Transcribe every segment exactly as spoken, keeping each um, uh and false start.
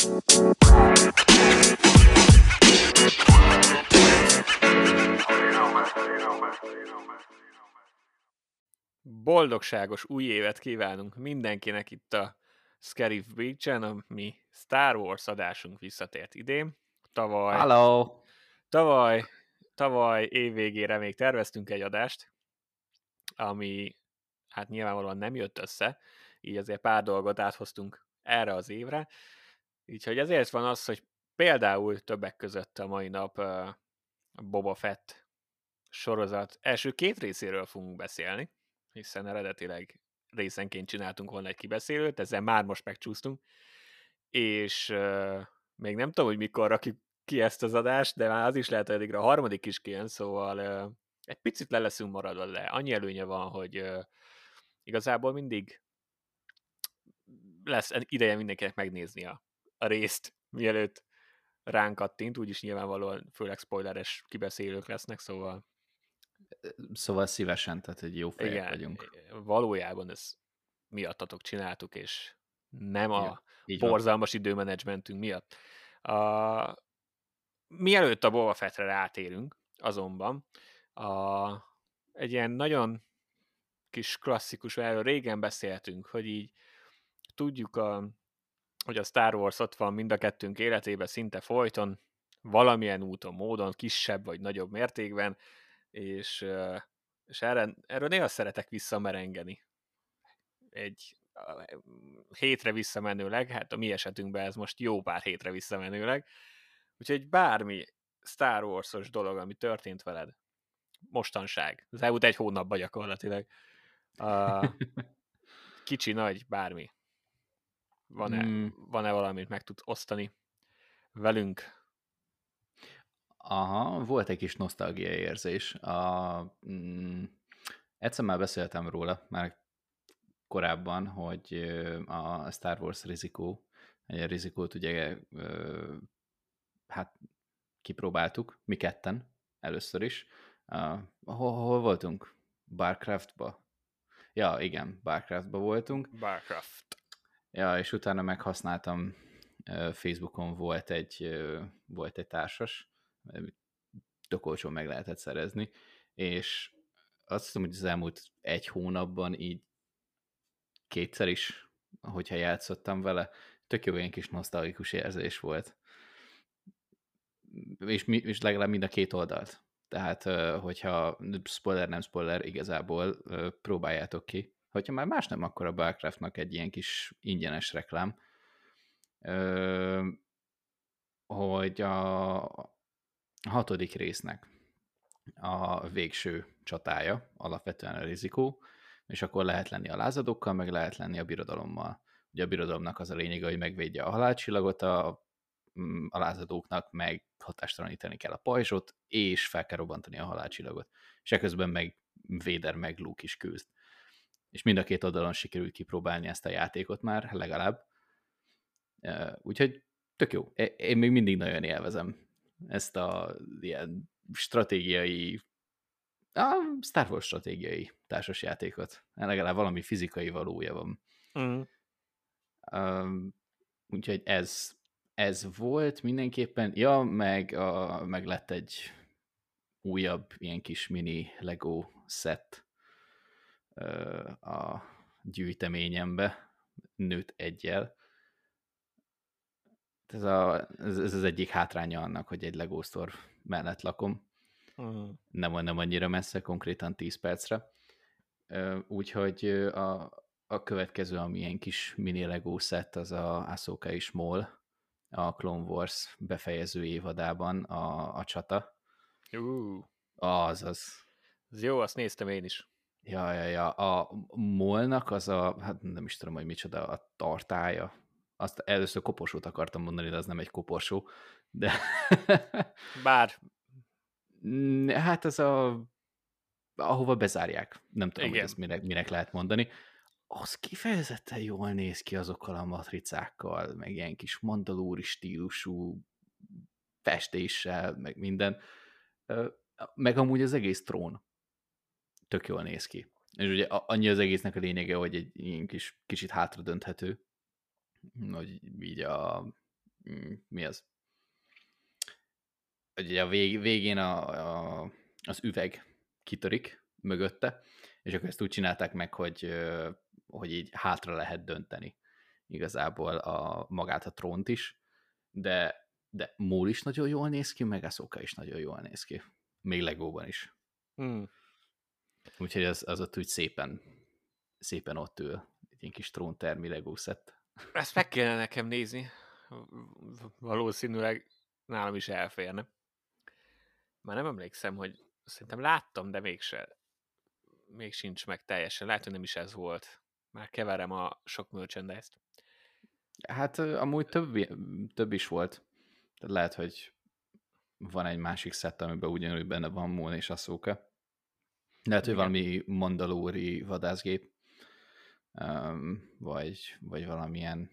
Boldogságos új évet kívánunk mindenkinek itt a Scary Beach-en, ami Star Wars adásunk visszatért idén. Tavaly, Hello! tavaly, tavaly év végére még terveztünk egy adást, ami hát nyilvánvalóan nem jött össze, így azért pár dolgot áthoztunk erre az évre. Úgyhogy ezért van az, hogy például többek között a mai nap uh, Boba Fett sorozat első két részéről fogunk beszélni, hiszen eredetileg részenként csináltunk volna egy kibeszélőt, ezzel már most megcsúsztunk, és uh, még nem tudom, hogy mikor rakjuk ki ezt az adást, de már az is lehet, hogy addigra a harmadik is kijön, szóval uh, egy picit le leszünk maradva, de annyi előnye van, hogy uh, igazából mindig lesz ideje mindenkinek megnézni a, a részt, mielőtt ránk kattint, úgyis nyilvánvalóan főleg spoileres kibeszélők lesznek, szóval Szóval szívesen, tehát egy jó fejek igen, vagyunk. Valójában ezt miattatok csináltuk, és nem a ja, borzalmas időmenedzsmentünk miatt. A, mielőtt a Boba Fettre rátérünk, azonban a, egy ilyen nagyon kis klasszikus, erről régen beszéltünk, hogy így tudjuk, a, hogy a Star Wars ott van mind a kettőnk életében szinte folyton, valamilyen úton, módon, kisebb vagy nagyobb mértékben, és, és erre, erről néha szeretek visszamerengeni. Egy hétre visszamenőleg, hát a mi esetünkben ez most jó pár hétre visszamenőleg, úgyhogy bármi Star Wars-os dolog, ami történt veled mostanság, az elmúlt egy hónapban gyakorlatilag, uh, kicsi, nagy, bármi. Van-e, mm. van-e valamit meg tudsz osztani velünk? Aha, volt egy kis nosztalgiai érzés. A, mm, egyszer már beszéltem róla, már korábban, hogy a Star Wars rizikó, egy rizikót ugye hát kipróbáltuk, mi ketten először is. Uh, hol, hol voltunk? Barcraftba? Ja, igen, Barcraftba voltunk. Barcraft. Ja, és utána meghasználtam, uh, Facebookon volt egy, uh, volt egy társas, tök olcsón meg lehetett szerezni, és azt hiszem, hogy az elmúlt egy hónapban így kétszer is, hogyha játszottam vele, tök jó ilyen kis nosztalgikus érzés volt. És, mi, és legalább mind a két oldalt. Tehát, hogyha spoiler, nem spoiler, igazából próbáljátok ki. Hogyha már más nem, akkor a Barcraftnak egy ilyen kis ingyenes reklám, hogy a hatodik résznek a végső csatája, alapvetően a rizikó, és akkor lehet lenni a lázadókkal, meg lehet lenni a birodalommal. Ugye a birodalomnak az a lényege, hogy megvédje a halálcsillagot, a, a lázadóknak meg hatástalanítani kell a pajzsot, és fel kell robbantani a halálcsillagot. És ekközben meg Vader meg Luke is küzd. És mind a két oldalon sikerült kipróbálni ezt a játékot már, legalább. Úgyhogy tök jó. Én még mindig nagyon élvezem ezt a ilyen stratégiai, a Star Wars stratégiai társasjátékot. Legalább valami fizikai valója van. Mm. Um, úgyhogy ez, ez volt mindenképpen. Ja, meg, a, meg lett egy újabb ilyen kis mini Lego set uh, a gyűjteményembe, nőtt egyel. Ez, a, ez, ez az egyik hátránya annak, hogy egy Lego Store mellett lakom. Uh-huh. Nem, nem annyira messze, konkrétan tíz percre. Úgyhogy a, a következő, ami ilyen kis mini Lego set, az a Ahsoka és Maul, a Clone Wars befejező évadában a, a csata. Uh. Az, az. Ez jó, azt néztem én is. Ja, ja, ja. A Maulnak az a, hát nem is tudom, hogy micsoda, a tartája. Azt először koporsót akartam mondani, de az nem egy koporsó. De... Bár. Hát az a... ahova bezárják. Nem tudom, igen, hogy ezt minek, minek lehet mondani. Az kifejezetten jól néz ki azokkal a matricákkal, meg ilyen kis mandalóri stílusú festéssel, meg minden. Meg amúgy az egész trón tök jól néz ki. És ugye annyi az egésznek a lényege, hogy egy ilyen kis, kicsit hátradönthető, hogy így a mi az? Ugye a vég, végén a, a, az üveg kitörik mögötte, és akkor ezt úgy csinálták meg, hogy, hogy így hátra lehet dönteni igazából a, magát a trónt is, de, de Maul is nagyon jól néz ki, meg Ahsoka is nagyon jól néz ki. Még Legóban is. Hmm. Úgyhogy az, az ott úgy szépen, szépen ott ül. Egy ilyen kis tróntermi Lego szett. Ezt meg kellene nekem nézni. Valószínűleg nálam is elférne. Már nem emlékszem, hogy szerintem láttam, de mégse. Még sincs meg teljesen. Lehet, hogy nem is ez volt. Már keverem a sok merchandise-t. Hát amúgy több, több is volt. Tehát lehet, hogy van egy másik szett, amiben ugyanúgy benne van Maul és Ahsoka. Lehet, hogy Igen. valami mandalóri vadászgép, um, vagy, vagy valamilyen...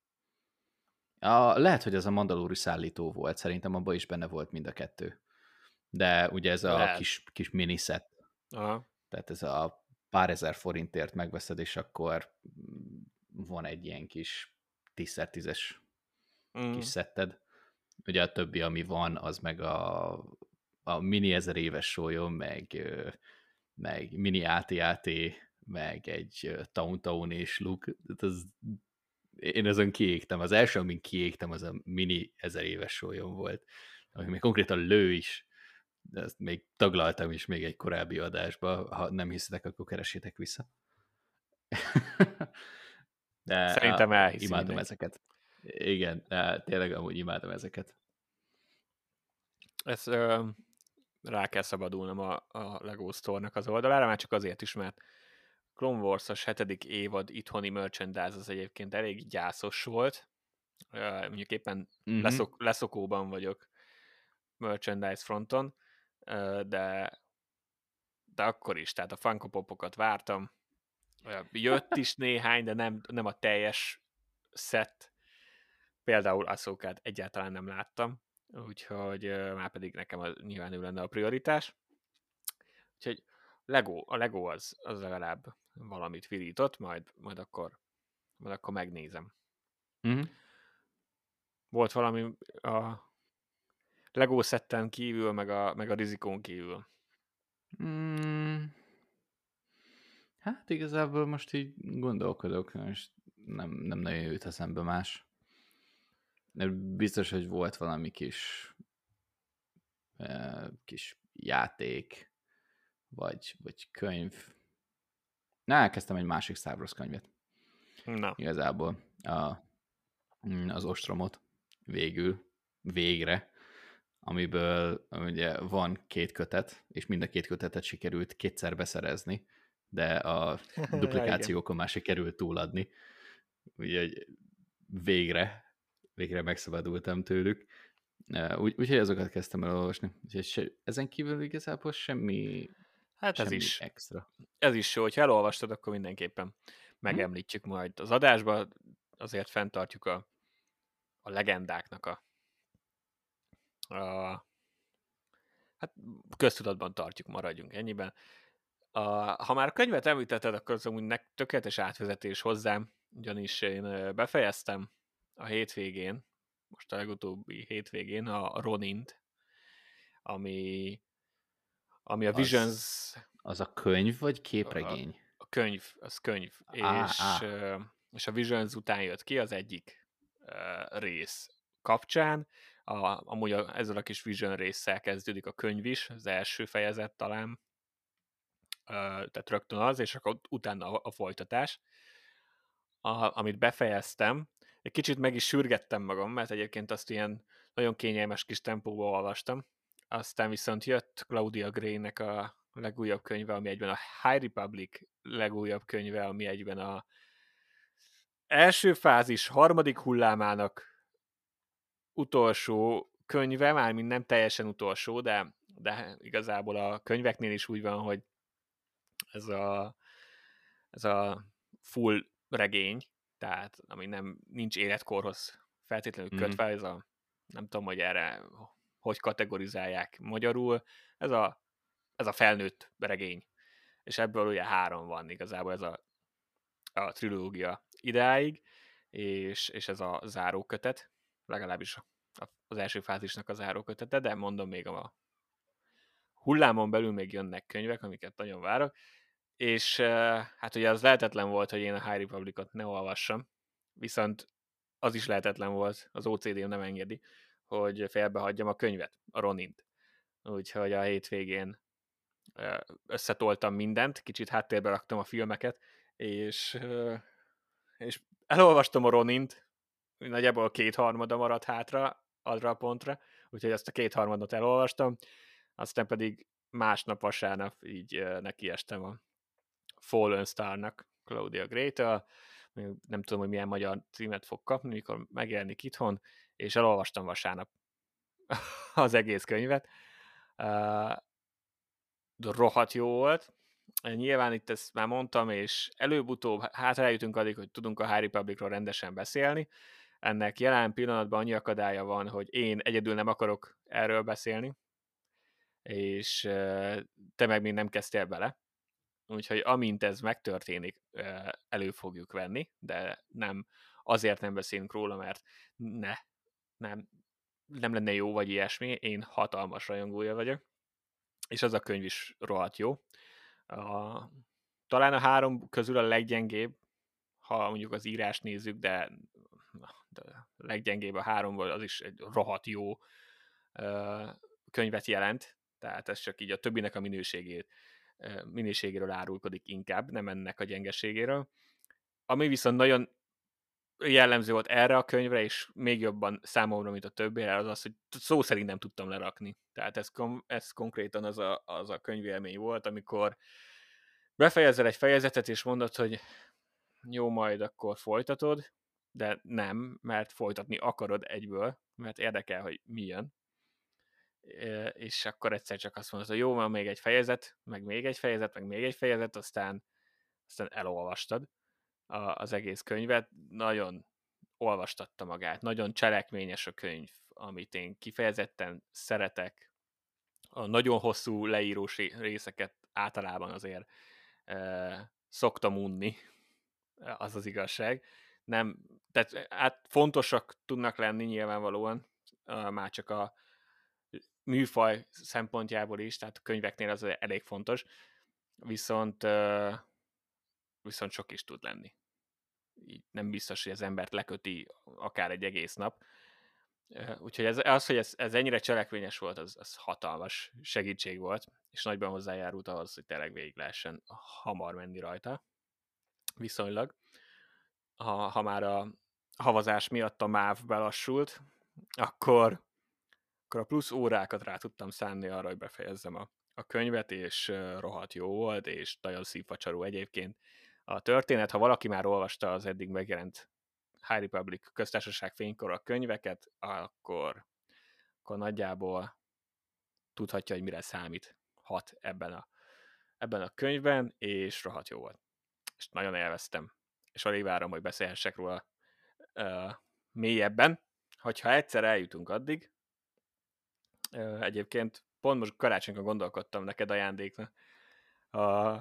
A, lehet, hogy ez a mandalóri szállító volt, szerintem abban is benne volt mind a kettő. De ugye ez a Lehet. kis, kis miniszett, Aha. tehát ez a pár ezer forintért megveszed, és akkor van egy ilyen kis tíz tízes Mm. kis szetted. Ugye a többi, ami van, az meg a, a mini ezer éves sólyom, meg, meg mini á té á té, meg egy Tauntaun és Luke. Az, én ezen kiégtem. Az első, amin kiégtem, az a mini ezer éves sólyom volt, ami még konkrétan lő is. De ezt még taglaltam is még egy korábbi adásba. Ha nem hiszitek, akkor keresétek vissza. De Szerintem á, elhiszi imádom mindenki. ezeket. Igen, de tényleg amúgy imádom ezeket. Ez ö, rá kell szabadulnom a, a Lego Store-nak az oldalára, már csak azért is, mert Clone Wars-os hetedik évad itthoni merchandise az egyébként elég gyászos volt. Ö, mondjuk éppen Uh-huh. leszok, leszokóban vagyok merchandise fronton, ö, de de akkor is, tehát a Funko Popokat vártam. Jött is néhány, de nem, nem a teljes set. Például Ahsokát egyáltalán nem láttam, úgyhogy már pedig nekem az nyilván ő lenne a prioritás. Úgyhogy Lego, a Lego az, az legalább valamit virított, majd, majd, akkor, majd akkor megnézem. Uh-huh. Volt valami a Lego szetten kívül, meg a, meg a rizikón kívül. Mm. Hát igazából most így gondolkodok, és nem, nem nagyon jut eszembe más. De biztos, hogy volt valami kis uh, kis játék, vagy, vagy könyv. Na, elkezdtem egy másik Star Wars könyvet. Na. Igazából a, az ostromot végül, végre, amiből ugye van két kötet, és mind a két kötetet sikerült kétszer beszerezni, de a duplikációkon már sikerült túladni. Úgyhogy végre, végre megszabadultam tőlük. Úgy, úgyhogy azokat kezdtem el olvasni. Úgyhogy se, ezen kívül igazából semmi, Hát ez semmi is, extra. ez is jó, hogyha elolvastad, akkor mindenképpen megemlítjük majd az adásba, azért fenntartjuk a, a legendáknak a, a hát köztudatban tartjuk, maradjunk ennyiben. A, ha már a könyvet említetted, akkor az amúgy tökéletes átvezetés hozzám, ugyanis én befejeztem a hétvégén, most a legutóbbi hétvégén a Ronint, ami, ami a Visions... Az, az a könyv, vagy képregény? A, a könyv, az könyv. Á, és, á. és a Visions után jött ki az egyik uh, rész kapcsán. A, amúgy a, ezzel a kis Vision résszel kezdődik a könyv is, az első fejezet talán. Uh, tehát rögtön az, és akkor utána a, a folytatás. A, amit befejeztem, egy kicsit meg is sürgettem magam, mert egyébként azt ilyen nagyon kényelmes kis tempóban olvastam. Aztán viszont jött Claudia Gray-nek a legújabb könyve, ami egyben a High Republic legújabb könyve, ami egyben a első fázis harmadik hullámának utolsó könyve, mármint nem teljesen utolsó, de, de igazából a könyveknél is úgy van, hogy ez a, ez a full regény, tehát ami nem nincs életkorhoz feltétlenül kötve, mm. ez a, nem tudom, hogy erre hogy kategorizálják magyarul, ez a, ez a felnőtt regény, és ebből ugye három van igazából, ez a, a trilógia idáig, és, és ez a zárókötet, legalábbis az első fázisnak a zárókötete, de mondom, még a hullámon belül még jönnek könyvek, amiket nagyon várok, és hát ugye az lehetetlen volt, hogy én a High Republicot ne olvassam, viszont az is lehetetlen volt, az o cé dém nem engedi, hogy félbehagyjam a könyvet, a Ronint. Úgyhogy a hétvégén összetoltam mindent, kicsit háttérbe raktam a filmeket, és, és elolvastam a Ronint, nagyjából kétharmada maradt hátra arra a pontra, úgyhogy azt a kétharmadot elolvastam, aztán pedig másnap vasárnap így nekiestem a Fallen Star-nak, Claudia Gray-től, nem tudom, hogy milyen magyar címet fog kapni, mikor megjelenik itthon, és elolvastam vasárnap az egész könyvet. Uh, rohadt jó volt. Nyilván itt ezt már mondtam, és előbb-utóbb hát eljutunk addig, hogy tudunk a High Republicról rendesen beszélni. Ennek jelen pillanatban annyi akadálya van, hogy én egyedül nem akarok erről beszélni, és te meg még nem kezdtél bele. Úgyhogy amint ez megtörténik, elő fogjuk venni, de nem azért nem beszélünk róla, mert ne, nem, nem lenne jó, vagy ilyesmi. Én hatalmas rajongója vagyok, és az a könyv is rohadt jó. A, talán a három közül a leggyengébb, ha mondjuk az írást nézzük, de, de a leggyengébb a háromból, az is egy rohadt jó könyvet jelent, tehát ez csak így a többinek a minőségét minőségéről árulkodik inkább, nem ennek a gyengeségéről. Ami viszont nagyon jellemző volt erre a könyvre, és még jobban számomra, mint a többére, az az, hogy szó szerint nem tudtam lerakni. Tehát ez, kom- ez konkrétan az a, az a könyvélmény volt, amikor befejezel egy fejezetet, és mondod, hogy jó, majd akkor folytatod, de nem, mert folytatni akarod egyből, mert érdekel, hogy mi jön. És akkor egyszer csak azt mondod, hogy jó, van még egy fejezet, meg még egy fejezet, meg még egy fejezet, aztán, aztán elolvastad az egész könyvet. Nagyon olvastatta magát, nagyon cselekményes a könyv, amit én kifejezetten szeretek. A nagyon hosszú leírós részeket általában azért e, szoktam unni, az az igazság. Nem, tehát hát fontosak tudnak lenni nyilvánvalóan, már csak a műfaj szempontjából is, tehát a könyveknél az elég fontos, viszont, viszont sok is tud lenni. Így nem biztos, hogy az embert leköti akár egy egész nap. Úgyhogy ez, az, hogy ez, ez ennyire cselekvényes volt, az, az hatalmas segítség volt, és nagyban hozzájárult ahhoz, hogy tényleg végig lehessen hamar menni rajta. Viszonylag. Ha, ha már a havazás miatt a MÁV belassult, akkor akkor a plusz órákat rá tudtam szánni arra, hogy befejezzem a, a könyvet, és uh, rohadt jó volt, és nagyon szívfacsaró egyébként a történet. Ha valaki már olvasta az eddig megjelent High Republic köztársaság fénykor a könyveket, akkor, akkor nagyjából tudhatja, hogy mire számít hat ebben a, ebben a könyvben, és rohadt jó volt. És nagyon élveztem. És alig várom, hogy beszélhessek róla uh, mélyebben. Hogyha egyszer eljutunk addig, egyébként pont most karácsonykor gondolkodtam neked ajándéknak a,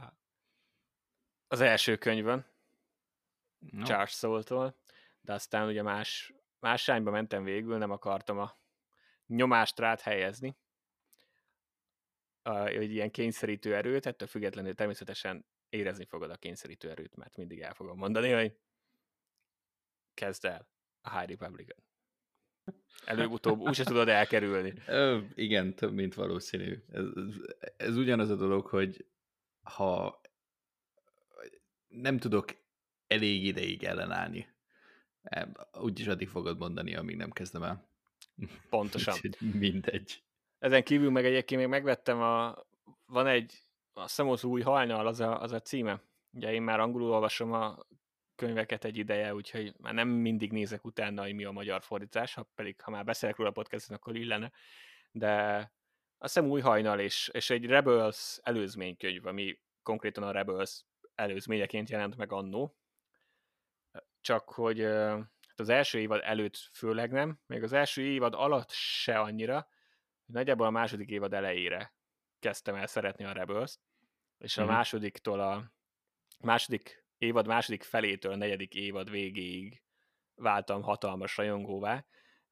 az első könyvön, no. Charles Soule-tól, de aztán ugye más, más irányba mentem végül, nem akartam a nyomást rád helyezni, a, hogy ilyen kényszerítő erőt, ettől függetlenül természetesen érezni fogod a kényszerítő erőt, mert mindig el fogom mondani, hogy kezd el a High Republic-on. Előbb-utóbb úgyse tudod elkerülni. Ö, igen, több mint valószínű. Ez, ez ugyanaz a dolog, hogy ha nem tudok elég ideig ellenállni, úgyis addig fogod mondani, amíg nem kezdem el. Pontosan. Mindegy. Ezen kívül meg egyébként még megvettem a... Van egy... A Szemos új hajnal, az a, az a címe. Ugye én már angolul olvasom a könyveket egy ideje, úgyhogy már nem mindig nézek utána, hogy mi a magyar fordítás, ha pedig, ha már beszélek róla a podcasten, akkor illene. De azt hiszem új hajnal, és, és egy Rebels előzménykönyv, ami konkrétan a Rebels előzményeként jelent meg annó. Csak hogy az első évad előtt főleg nem, még az első évad alatt se annyira, nagyjából a második évad elejére kezdtem el szeretni a Rebels-t, és a mm-hmm. másodiktól a második évad második felétől a negyedik évad végéig váltam hatalmas rajongóvá,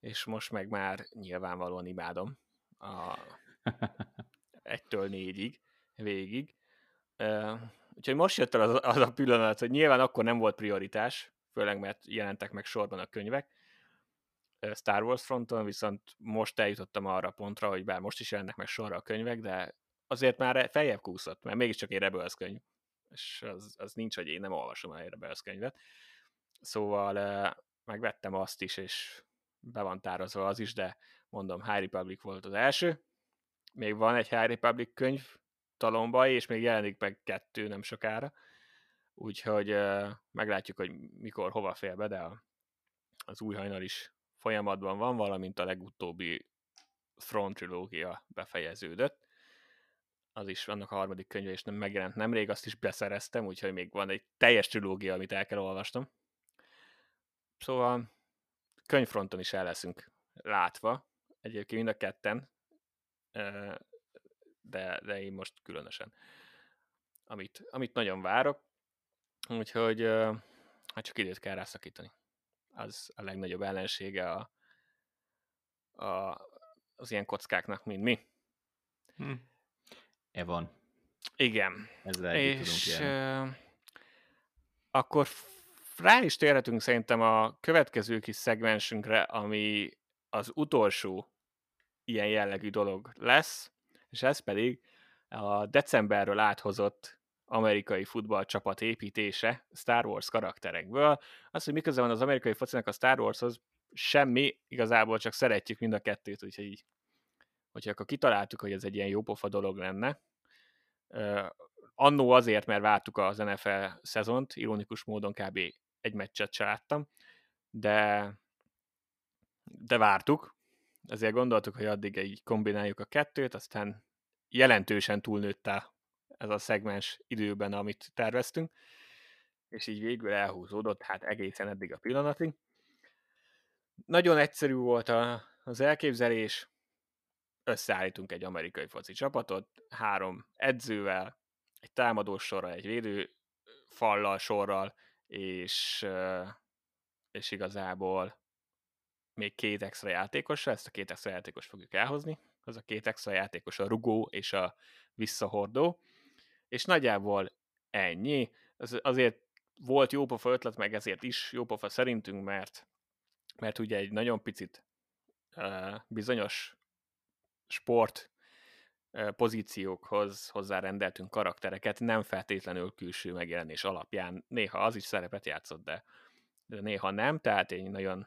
és most meg már nyilvánvalóan imádom a egytől négyig, végig. Uh, úgyhogy most jött el az, az a pillanat, hogy nyilván akkor nem volt prioritás, főleg mert jelentek meg sorban a könyvek Star Wars fronton, viszont most eljutottam arra a pontra, hogy bár most is jelennek meg sorra a könyvek, de azért már feljebb kúszott, mert mégiscsak egy Rebels könyv, és az, az nincs, hogy én nem olvasom el egy Rebels könyvet. Szóval uh, megvettem azt is, és be van tározva az is, de mondom, High Republic volt az első, még van egy High Republic könyv talomba, és még jelenik meg kettő nem sokára, úgyhogy uh, meglátjuk, hogy mikor, hova fér be, de a, az új hajnal is folyamatban van, valamint a legutóbbi Throne trilógia befejeződött. Az is annak a harmadik könyve, és nem megjelent nemrég, azt is beszereztem, úgyhogy még van egy teljes trilógia, amit el kell olvasnom. Szóval könyvfronton is el leszünk látva, egyébként mind a ketten, de, de én most különösen, amit, amit nagyon várok, úgyhogy hát csak időt kell rászakítani. Az a legnagyobb ellensége a, a, az ilyen kockáknak, mint mi. Hm. Evan. Igen. Ezzel együtt és tudunk élni. Uh, akkor rá is térhetünk szerintem a következő kis szegmensünkre, ami az utolsó ilyen jellegű dolog lesz, és ez pedig a decemberről áthozott amerikai futballcsapat építése Star Wars karakterekből. Az, hogy miközben van az amerikai focinak a Star Warshoz, semmi, igazából csak szeretjük mind a kettőt, úgyhogy így, hogyha akkor kitaláltuk, hogy ez egy ilyen jópofa dolog lenne. Uh, annó azért, mert vártuk az en ef el szezont, ironikus módon kb. Egy meccset se láttam, de, de vártuk, ezért gondoltuk, hogy addig így kombináljuk a kettőt, aztán jelentősen túlnőtt ez a szegmens időben, amit terveztünk, és így végül elhúzódott, hát egészen eddig a pillanatig. Nagyon egyszerű volt a, az elképzelés, összeállítunk egy amerikai foci csapatot, három edzővel, egy támadó sorral, egy védő fallal, sorral, és, és igazából még két extra játékosra, ezt a két extra játékos fogjuk elhozni, az a két extra játékos a rugó és a visszahordó, és nagyjából ennyi. Az, azért volt jópofa ötlet, meg ezért is jópofa szerintünk, mert, mert ugye egy nagyon picit uh, bizonyos sport uh, pozíciókhoz hozzárendeltünk karaktereket, nem feltétlenül külső megjelenés alapján. Néha az is szerepet játszott, de, de néha nem, tehát egy nagyon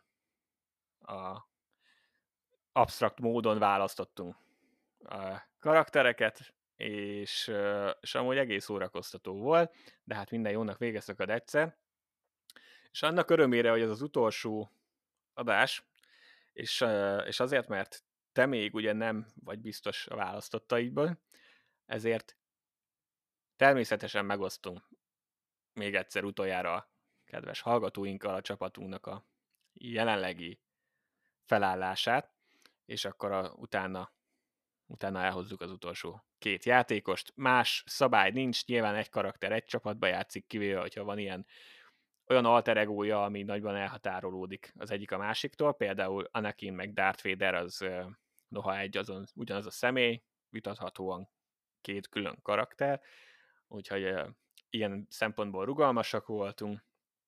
a absztrakt módon választottunk a karaktereket, és, és amúgy egész szórakoztató volt, de hát minden jónak vége szakad egyszer. És annak örömére, hogy ez az utolsó adás, és, és azért, mert te még ugye nem vagy biztos a választottaidból, ezért természetesen megosztunk még egyszer utoljára a kedves hallgatóinkkal a csapatunknak a jelenlegi felállását, és akkor a, utána, utána elhozzuk az utolsó két játékost. Más szabály nincs, nyilván egy karakter egy csapatba játszik, kivéve, hogyha van ilyen olyan alter egója, ami nagyban elhatárolódik az egyik a másiktól, például Anakin meg Darth Vader az noha egy azon, ugyanaz a személy, vitathatóan két külön karakter, úgyhogy uh, ilyen szempontból rugalmasak voltunk,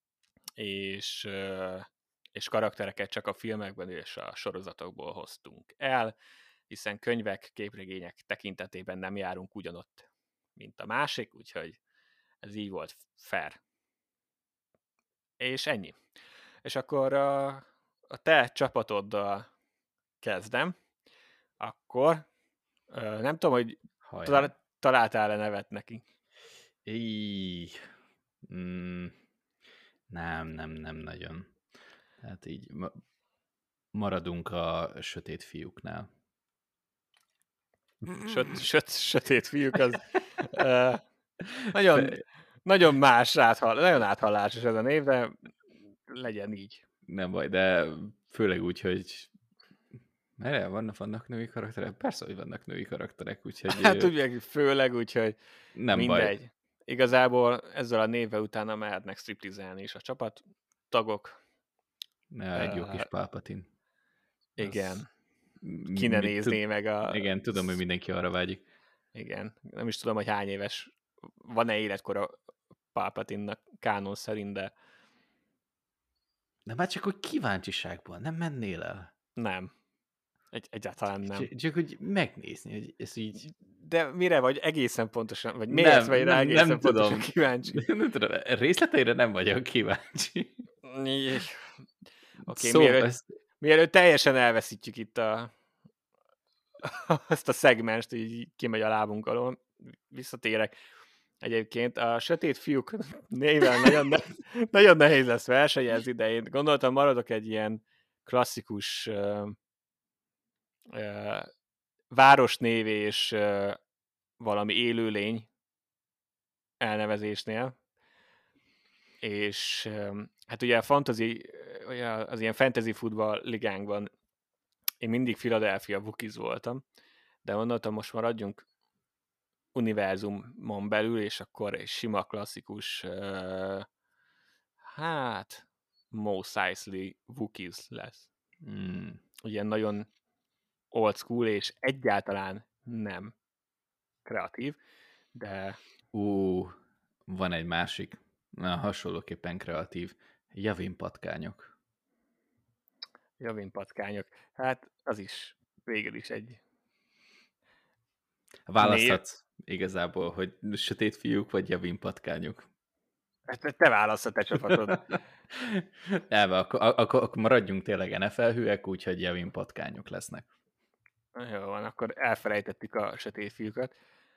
és, uh, és karaktereket csak a filmekben és a sorozatokból hoztunk el, hiszen könyvek, képregények tekintetében nem járunk ugyanott, mint a másik, úgyhogy ez így volt fair. És ennyi. És akkor a, a te csapatoddal kezdem, akkor nem tudom, hogy talál, találtál-e nevet neki? Íj. Mm, nem, nem, nem nagyon. Tehát így maradunk a sötét fiúknál. Söt, söt, sötét fiúk, az uh, nagyon, nagyon más, áthall, nagyon áthallásos ez a név, de legyen így. Nem baj, de főleg úgy, hogy merre vannak, vannak női karakterek? Persze, hogy vannak női karakterek, úgyhogy... Hát úgy, főleg úgy, hogy nem mindegy. Baj. Igazából ezzel a névvel utána mehetnek striptizelni is a csapat tagok. Ne, egy jó kis Palpatine. Igen. Ki ne mi, tud, nézné meg a... igen, tudom, hogy mindenki arra vágyik. Igen. Nem is tudom, hogy hány éves. Van-e életkora Palpatine-nak kánon szerint, de... De már csak hogy kíváncsiságból, nem mennél el. Nem. Egy, egyáltalán nem. Csak, csak hogy megnézni, hogy ez így... De mire vagy egészen pontosan, vagy miért Nem, vagy rá nem, egészen nem pontosan tudom. kíváncsi? Nem tudom, részleteire nem vagyok kíváncsi. Oké, okay, Szóval, mielőtt, ez... mielőtt teljesen elveszítjük itt a, ezt a szegmenst, így kimegy a lábunk alól, visszatérek. Egyébként a Sötét Fiúk néven nagyon, ne, nagyon nehéz lesz versenyezni, de én gondoltam, maradok egy ilyen klasszikus uh, uh, városnév és uh, valami élőlény elnevezésnél. És uh, hát ugye a fantasy, az ilyen fantasy futball ligánkban én mindig Philadelphia Wookiees voltam, de gondoltam, most maradjunk univerzumon belül, és akkor egy sima klasszikus uh, hát Mos Eisley Wookiees lesz. Mm. Ugye nagyon old school, és egyáltalán nem kreatív, de... Ú, van egy másik, na, hasonlóképpen kreatív. Javin patkányok. Javin patkányok. Hát az is végül is egy... Választhatsz igazából, hogy sötét fiúk vagy Javin patkányok. Hát te választod, te csapatod. Nem, akkor, akkor, akkor maradjunk tényleg en ef el hűek, úgyhogy Javin patkányok lesznek. Jó van, akkor elfelejtettük a sötét fiúkat.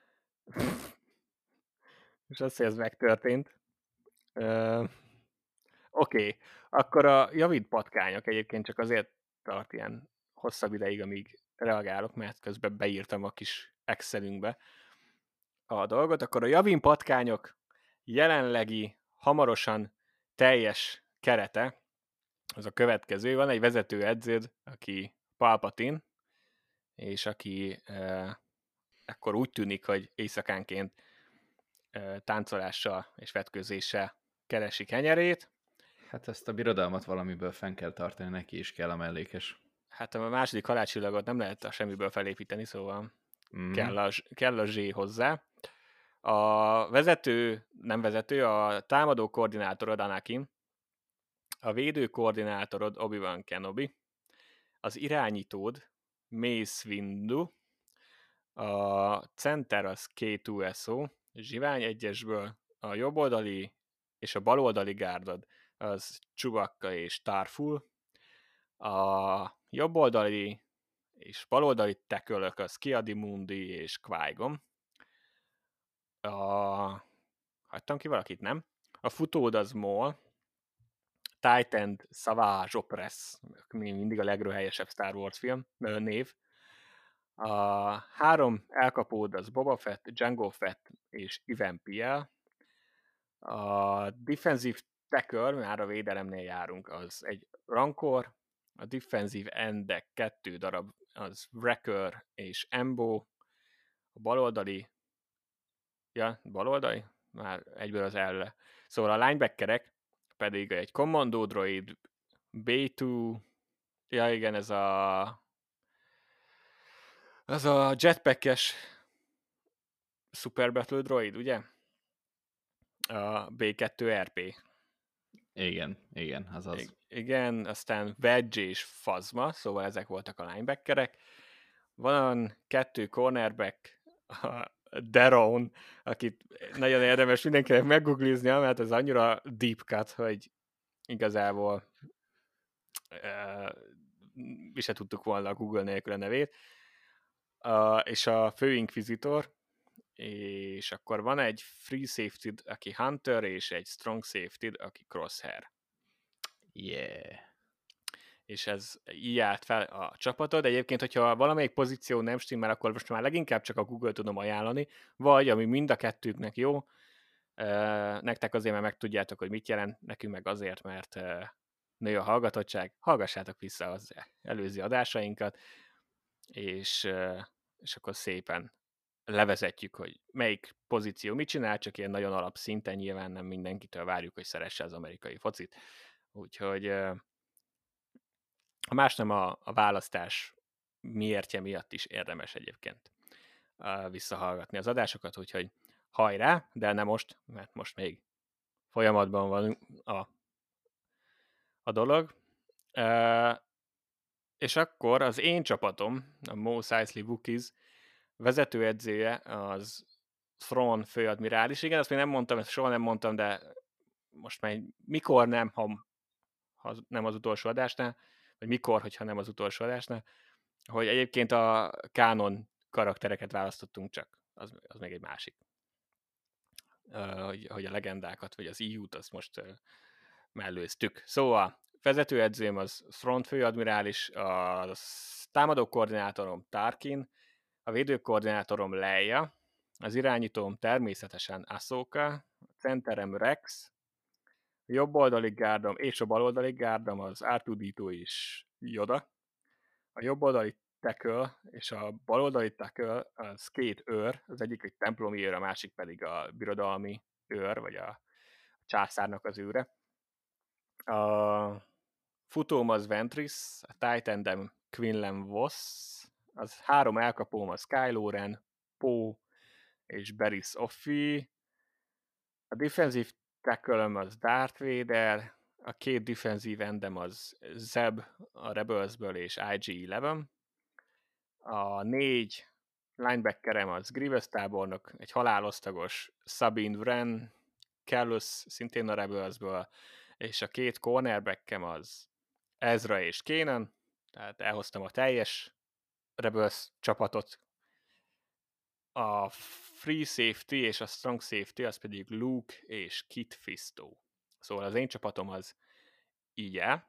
És azt, hogy ez megtörtént. Uh, Oké, okay. Akkor a Javin patkányok egyébként csak azért tart ilyen hosszabb ideig, amíg reagálok, mert közben beírtam a kis Excelünkbe a dolgot. Akkor a Javin patkányok jelenlegi, hamarosan teljes kerete, az a következő. Van egy vezető edződ, aki Palpatine, és aki eh, akkor úgy tűnik, hogy éjszakánként eh, táncolással és vetkőzéssel keresi kenyerét. Hát ezt a birodalmat valamiből fenn kell tartani, neki is kell a mellékes. Hát a második halálcsillagot nem lehet a semmiből felépíteni, szóval Mm. kell, a, kell a zsé hozzá. A vezető, nem vezető, a támadó koordinátorod Anakin, a védő koordinátorod Obi-Wan Kenobi, az irányítód Mace Windu, a center az ká kettő es o, Zsivány egyesből, a jobboldali és a baloldali gárdod az Chewbacca és Tarful, a jobboldali és baloldali tekölök az Ki-Adi-Mundi és Qui-Gon. A... Hagytam ki valakit, nem? A futód az Maul, Titan Savage Opress, mindig a legrőhelyesebb Star Wars film, név. A három elkapód az Boba Fett, Jango Fett és Ivan Piel. A defensive tackle, már a védelemnél járunk, az egy Rancor, a defensive endek kettő darab, az Wrecker és Embo, a baloldali, ja, baloldali? Már egyből az elle. Szóval a linebackerek pedig egy commando droid, bé kettő, ja igen, ez a az a jetpackes Super Battle droid, ugye? A bé kettő er pé. Igen, igen, azaz. I- igen, aztán Wedge és Phasma, szóval ezek voltak a linebackerek. Van kettő cornerback, a Deron, akit nagyon érdemes mindenkinek meggoogliznia, mert ez annyira deep cut, hogy igazából uh, mi se tudtuk volna a Google nélkül a nevét. Uh, és a főinkvizitor, és akkor van egy free safety, aki Hunter, és egy strong safety, aki Crosshair. Yeah. És ez így állt fel a csapatod. Egyébként, hogyha valamelyik pozíció nem stimmel, akkor most már leginkább csak a Google tudom ajánlani, vagy ami mind a kettőknek jó, nektek azért, mert megtudjátok, hogy mit jelent, nekünk meg azért, mert nő a hallgatottság, hallgassátok vissza az előző adásainkat, és, és akkor szépen levezetjük, hogy melyik pozíció mit csinál, csak ilyen nagyon alapszinten, nyilván nem mindenkitől várjuk, hogy szeresse az amerikai focit. Úgyhogy ha más nem a, a választás miértje miatt is érdemes egyébként uh, visszahallgatni az adásokat, úgyhogy hajrá, de nem most, mert most még folyamatban van a, a dolog. Uh, és akkor az én csapatom, a Mos Eisley Wookiees vezetőedzője az Thrawn főadmirális. Igen, azt még nem mondtam, ezt soha nem mondtam, de most már mikor nem, ha, ha nem az utolsó adásnál, vagy mikor, hogyha nem az utolsó adásnál, hogy egyébként a kánon karaktereket választottunk csak, az, az még egy másik. Uh, hogy, hogy a legendákat, vagy az í út, azt most uh, mellőztük. Szóval vezetőedzőm az Thrawn főadmirális, a támadó koordinátorom Tarkin, a védőkoordinátorom Leia, az irányítóm természetesen Ahsoka, a centerem Rex, a jobboldali gárdom és a baloldali gárdom az er kettő dé kettő és Yoda, a jobboldali tackle és a baloldali tackle az két őr, az egyik egy templomi őr, a másik pedig a birodalmi őr, vagy a császárnak az őre. A futóm az Ventress, a tight endem Quinlan Voss, az három elkapóm az Kylo Ren, Poe és Barriss Offee, a defensív tackle az Darth Vader, a két defensív endem az Zeb a Rebelsből és i gé tizenkilenc, a négy linebackerem az Grievous tábornok, egy halálosztagos Sabine Wren, Kallus szintén a Rebelsből, és a két cornerbackem az Ezra és Kanan, tehát elhoztam a teljes Rebels csapatot. A free safety és a strong safety az pedig Luke és Kit Fisto. Szóval az én csapatom az így el.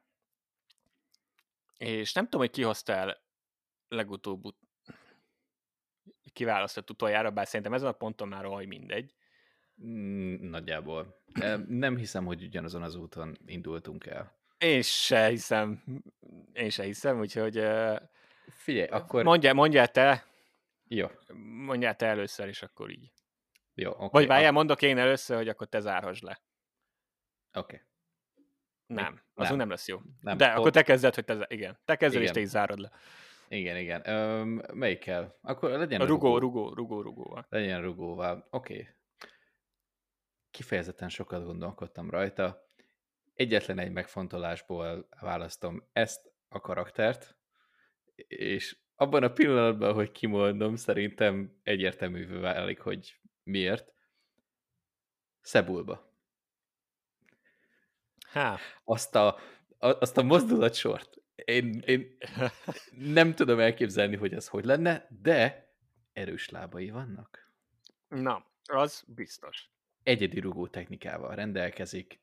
És nem tudom, hogy ki hozta el legutóbb ut- kiválasztott utoljára, bár szerintem ezen a ponton már olyan mindegy. Mm, nagyjából. Nem hiszem, hogy ugyanazon az úton indultunk el. Én se hiszem, én se hiszem, úgyhogy uh, Figyelj, akkor... mondjál, mondjál te, Jó. mondjál te először, és akkor így. Jó, oké. Vagy várjál, ak- mondok én először, hogy akkor te zárhassd le. Oké. Nem, Mi? az Nem. nem lesz jó. Nem, De pont- akkor te kezded, hogy te zá- igen. Te kezded, és Igen. te is zárod le. Igen, igen. Öm, melyikkel? Akkor legyen A a rugó, rugó. rugó, rugó, rugóval. Legyen rugóval. Oké. Kifejezetten sokat gondolkodtam rajta. Egyetlen egy megfontolásból választom ezt a karaktert, és abban a pillanatban, hogy kimondom, szerintem egyértelművé válik, hogy miért. Szebulba. Há. Azt a, a, azt a mozdulatsort. Én, én nem tudom elképzelni, hogy ez hogy lenne, de erős lábai vannak. Na, az biztos. Egyedi rugó technikával rendelkezik.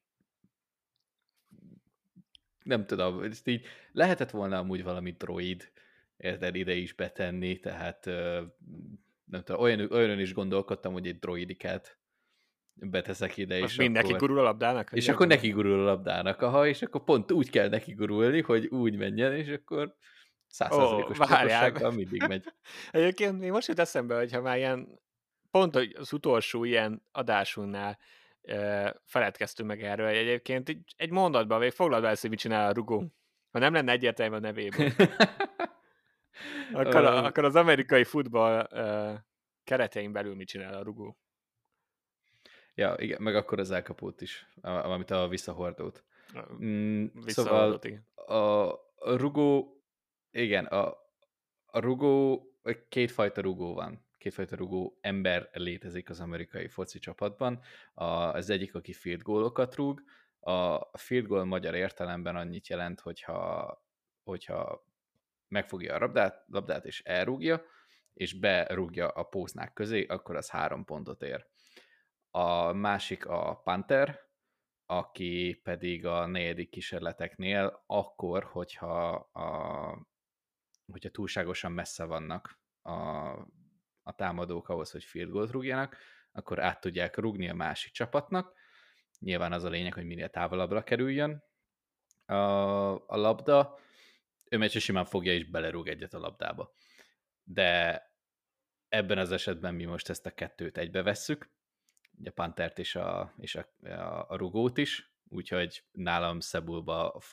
Nem tudom, ezt így lehetett volna amúgy valami droid, érted, ide is betenni, tehát nem tudom, olyan, olyan is gondolkodtam, hogy egy droidikát beteszek ide, Most és mind neki akkor... gurul a labdának? És akkor neki gurul a labdának, aha, és akkor pont úgy kell neki gurulni, hogy úgy menjen, és akkor százszázalékos Ó, várjál. pontossággal mindig megy. Egyébként még most jut eszembe, hogy ha már ilyen, pont az utolsó ilyen adásunknál e, feledkeztünk meg erről, hogy egyébként egy, egy mondatban, vagy foglald be ezt, hogy mit csinál a rugó. Ha nem lenne egyértelmű a nevéből. akkor, um, akkor az amerikai futball e, keretein belül mit csinál a rugó. Ja, igen, meg akkor az elkapót is, amit a visszahordót. Mm, Visszahordót, szóval igen. a, a rugó, igen, a, a rugó, kétfajta rugó van. Kétfajta rugó ember létezik az amerikai foci csapatban. A, az egyik, aki field gólokat rúg. A field goal magyar értelemben annyit jelent, hogyha, hogyha megfogja a labdát, labdát és elrúgja, és berúgja a póznák közé, akkor az három pontot ér. A másik a punter, aki pedig a negyedik kísérleteknél akkor, hogyha, a, hogyha túlságosan messze vannak a, a támadók ahhoz, hogy field goalt rúgjanak, akkor át tudják rúgni a másik csapatnak. Nyilván az a lényeg, hogy minél távolabbra kerüljön a, a labda. Ő meg simán fogja és belerúg egyet a labdába. De ebben az esetben mi most ezt a kettőt egybe vesszük, a Pantert és a, és a, a, a rugót is, úgyhogy nálam Szebulba fog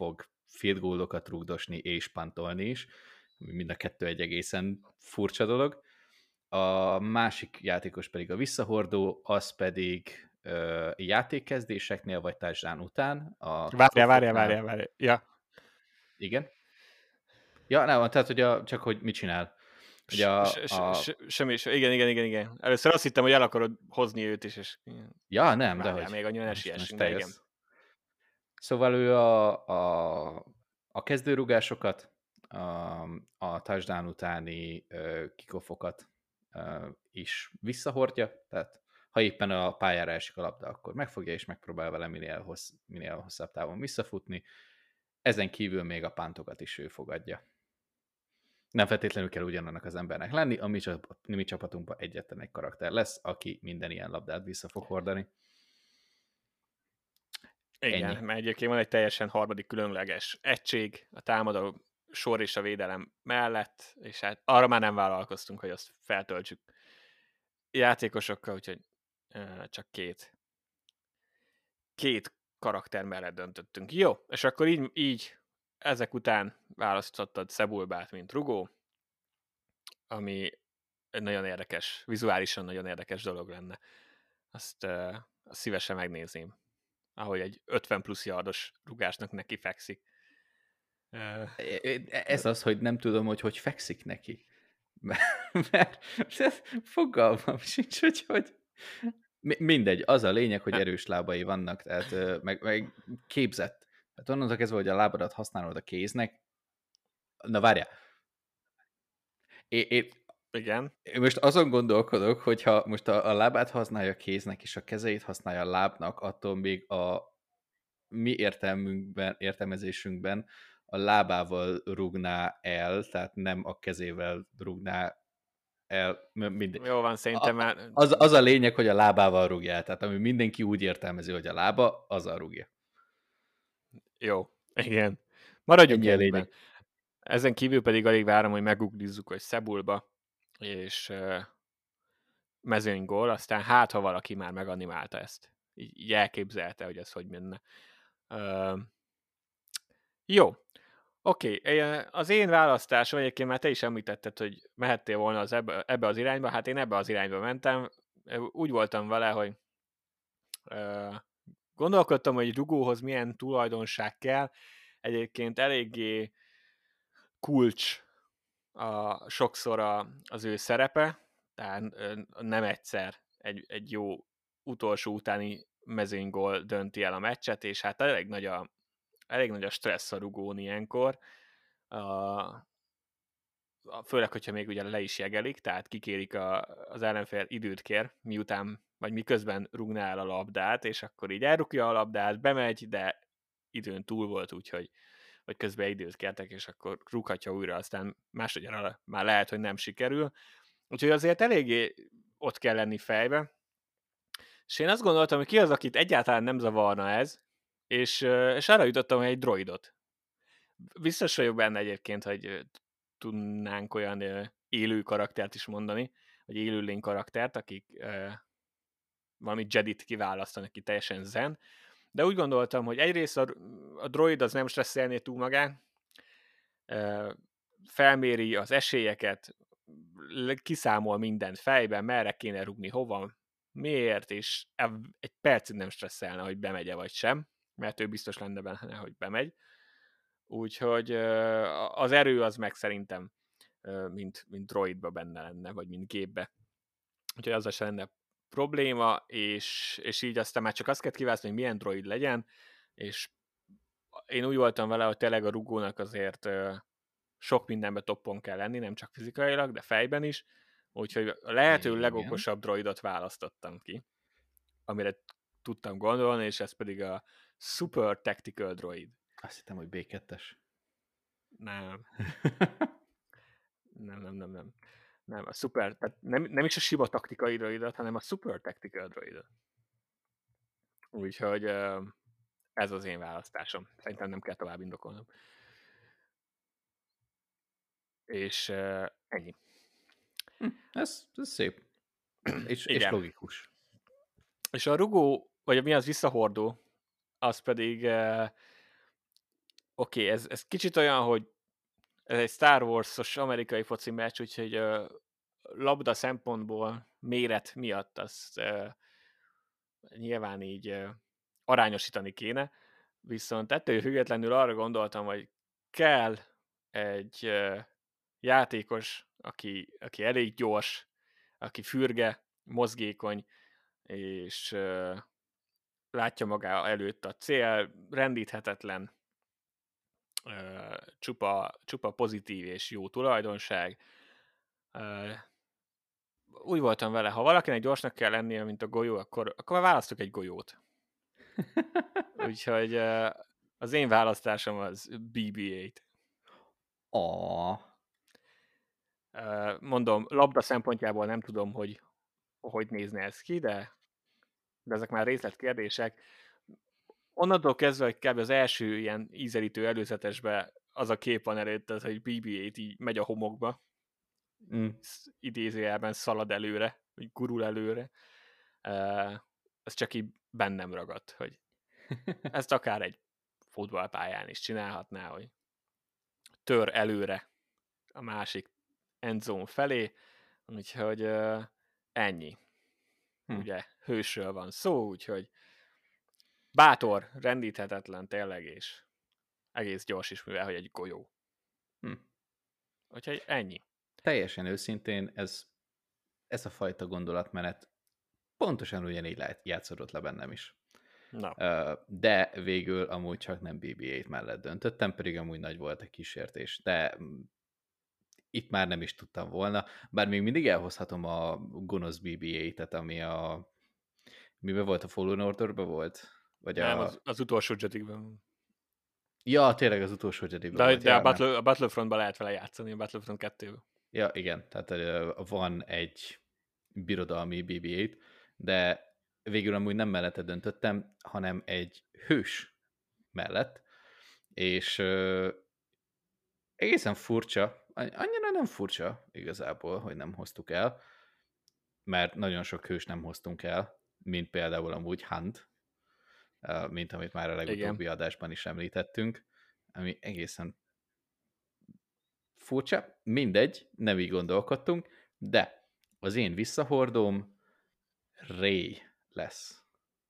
field goalokat rúgdosni és pantolni is, mind a kettő egy egészen furcsa dolog. A másik játékos pedig a visszahordó, az pedig ö, játékkezdéseknél vagy touchdown után a Várjál, várjál, kickoffoknál. várjál, várjál. Ja. Igen? Ja, nem, tehát hogy a, csak hogy mit csinál. Hogy a, a... Semmi, se, igen, igen, igen, igen. Először azt hittem, hogy el akarod hozni őt is, és... Ja, nem, de hogy... még annyira ne siessünk, de igen. Szóval ő a, a, a kezdőrugásokat, a, a touchdown utáni uh, kickoffokat uh, is visszahordja, tehát ha éppen a pályára esik a labda, akkor megfogja és megpróbál vele minél, hossz, minél hosszabb távon visszafutni. Ezen kívül még a pántokat is ő fogadja. Nem feltétlenül kell ugyanannak az embernek lenni, a mi, csap, mi csapatunkban egyetlen egy karakter lesz, aki minden ilyen labdát vissza fog hordani. Igen, Ennyi. mert egyébként van egy teljesen harmadik különleges egység, a támadó sor és a védelem mellett, és hát arra már nem vállalkoztunk, hogy azt feltöltsük játékosokkal, úgyhogy uh, csak két két karakter mellett döntöttünk. Jó, és akkor így, így ezek után választottad Sebulbát, mint rugó, ami egy nagyon érdekes, vizuálisan nagyon érdekes dolog lenne. Azt, uh, azt szívesen megnézném, ahogy egy ötven plusz yardos rugásnak neki fekszik. Uh, Ez az, hogy nem tudom, hogy hogy fekszik neki. Mert, mert fogalmam sincs, hogy hogy... Mindegy, az a lényeg, hogy erős lábai vannak, tehát meg, meg képzett. Tehát onnantól kezdve, hogy a lábadat használod a kéznek, na várjál. Én, én, Igen. Én most azon gondolkodok, hogyha most a, a lábát használja a kéznek, és a kezeit használja a lábnak, attól még a mi értelmünkben, értelmezésünkben a lábával rúgná el, tehát nem a kezével rúgná el. Mindegy. Jó van, szerintem a, már... Az, az a lényeg, hogy a lábával rúgja el, tehát ami mindenki úgy értelmezi, hogy a lába, azzal rúgja. Jó, igen. Maradjunk Ennyi a ennyiben. lényeg. Ezen kívül pedig alig várom, hogy meguglizzuk, hogy Sebulba, és uh, mezőnygól, aztán hát, ha valaki már meganimálta ezt. Így, így elképzelte, hogy ez hogy menne. Uh, jó. Oké, okay. Az én választásom, egyébként már te is említetted, hogy mehettél volna az ebbe, ebbe az irányba, hát én ebbe az irányba mentem. Úgy voltam vele, hogy uh, gondolkodtam, hogy rugóhoz milyen tulajdonság kell. Egyébként eléggé kulcs a, sokszor a, az ő szerepe, tehát nem egyszer egy, egy jó utolsó utáni mezőnygól dönti el a meccset, és hát elég nagy a, elég nagy a stressz a rugón ilyenkor, a, a, főleg, hogyha még ugye le is jegelik, tehát kikérik a, az ellenfél időt kér, miután, vagy miközben rúgná el a labdát, és akkor így elrúgja a labdát, bemegy, de időn túl volt, úgyhogy vagy közben időt kértek, és akkor rúghatja újra, aztán másodjára már lehet, hogy nem sikerül. Úgyhogy azért eléggé ott kell lenni fejbe. És én azt gondoltam, hogy ki az, akit egyáltalán nem zavarna ez, és, és arra jutottam, hogy egy droidot. Biztos vagyok benne egyébként, hogy tudnánk olyan élő karaktert is mondani, vagy élőlény karaktert, akik valami Jedit kiválasztanak, aki teljesen zen, de úgy gondoltam, hogy egyrészt a, a droid az nem stresszelné túl magát, felméri az esélyeket, kiszámol mindent fejben, merre kéne rúgni, hova, miért, és egy percig nem stresszelne, hogy bemegye vagy sem, mert ő biztos lenne benne, hogy bemegy. Úgyhogy az erő az meg szerintem mint, mint droidba benne lenne, vagy mint gépbe. Úgyhogy azzal sem lenne probléma, és, és így aztán már csak azt kell kiválasztani, hogy milyen droid legyen, és én úgy voltam vele, hogy tényleg a rugónak azért sok mindenben toppon kell lenni, nem csak fizikailag, de fejben is, úgyhogy a lehető Igen. legokosabb droidot választottam ki, amire tudtam gondolni, és ez pedig a Super Tactical Droid. Azt hittem, hogy bé kettes. Nem. nem, nem, nem, nem. Nem, a Super, tehát nem, nem is a sima taktikai droidot, hanem a Super Tactical Droidot. Úgyhogy ez az én választásom. Szerintem nem kell tovább indokolnom. És uh, ennyi. Hm, ez, ez szép. És, és logikus. És a rugó, vagy mi az visszahordó, az pedig uh, okay, ez, ez kicsit olyan, hogy ez egy Star Wars-os amerikai foci meccs, úgyhogy uh, labda szempontból méret miatt azt uh, nyilván így uh, arányosítani kéne, viszont ettől függetlenül arra gondoltam, hogy kell egy uh, játékos, aki, aki elég gyors, aki fürge, mozgékony, és uh, látja maga előtt a cél, rendíthetetlen, uh, csupa, csupa pozitív és jó tulajdonság. Uh, úgy voltam vele, ha valakinek gyorsnak kell lennie, mint a golyó, akkor, akkor választok egy golyót. Úgyhogy uh, az én választásom az bé bé nyolc. A. Uh, mondom, labda szempontjából nem tudom, hogy hogy nézne ez ki, de, de ezek már részletkérdések. Onnantól kezdve, hogy kb. Az első ilyen ízelítő előzetesbe az a kép van előtt, hogy bé bé nyolc így megy a homokba, Mm. idézőjelben szalad előre, vagy gurul előre. Uh, ez csak így bennem ragadt, hogy ezt akár egy futballpályán is csinálhatná, hogy tör előre a másik endzone felé, úgyhogy uh, ennyi. Hm. Ugye hősről van szó, úgyhogy bátor, rendíthetetlen tényleg, és egész gyors is, mivel hogy egy golyó. Hm. Úgyhogy ennyi. Teljesen őszintén ez, ez a fajta gondolatmenet pontosan ugyanígy játszódott le bennem is. No. De végül amúgy csak nem bé bé nyolc mellett döntöttem, pedig amúgy nagy volt a kísértés. De itt már nem is tudtam volna, bár még mindig elhozhatom a gonosz bé bé nyolcat, ami a... Miben volt? A Fallen Orderben volt? Vagy nem, a... az, az utolsó Jediben. Ja, tényleg az utolsó Jediben de, volt. De ja, a, Battle, a Battlefrontban lehet vele játszani, a Battlefront kettőben. Ja, igen, tehát uh, van egy birodalmi bé bé nyolc, de végül amúgy nem mellette döntöttem, hanem egy hős mellett, és uh, egészen furcsa, annyira nem furcsa igazából, hogy nem hoztuk el, mert nagyon sok hős nem hoztunk el, mint például amúgy Hunt, uh, mint amit már a legutóbbi igen. adásban is említettünk, ami egészen furcsa, mindegy, nem így gondolkodtunk, de az én visszahordóm Rey lesz.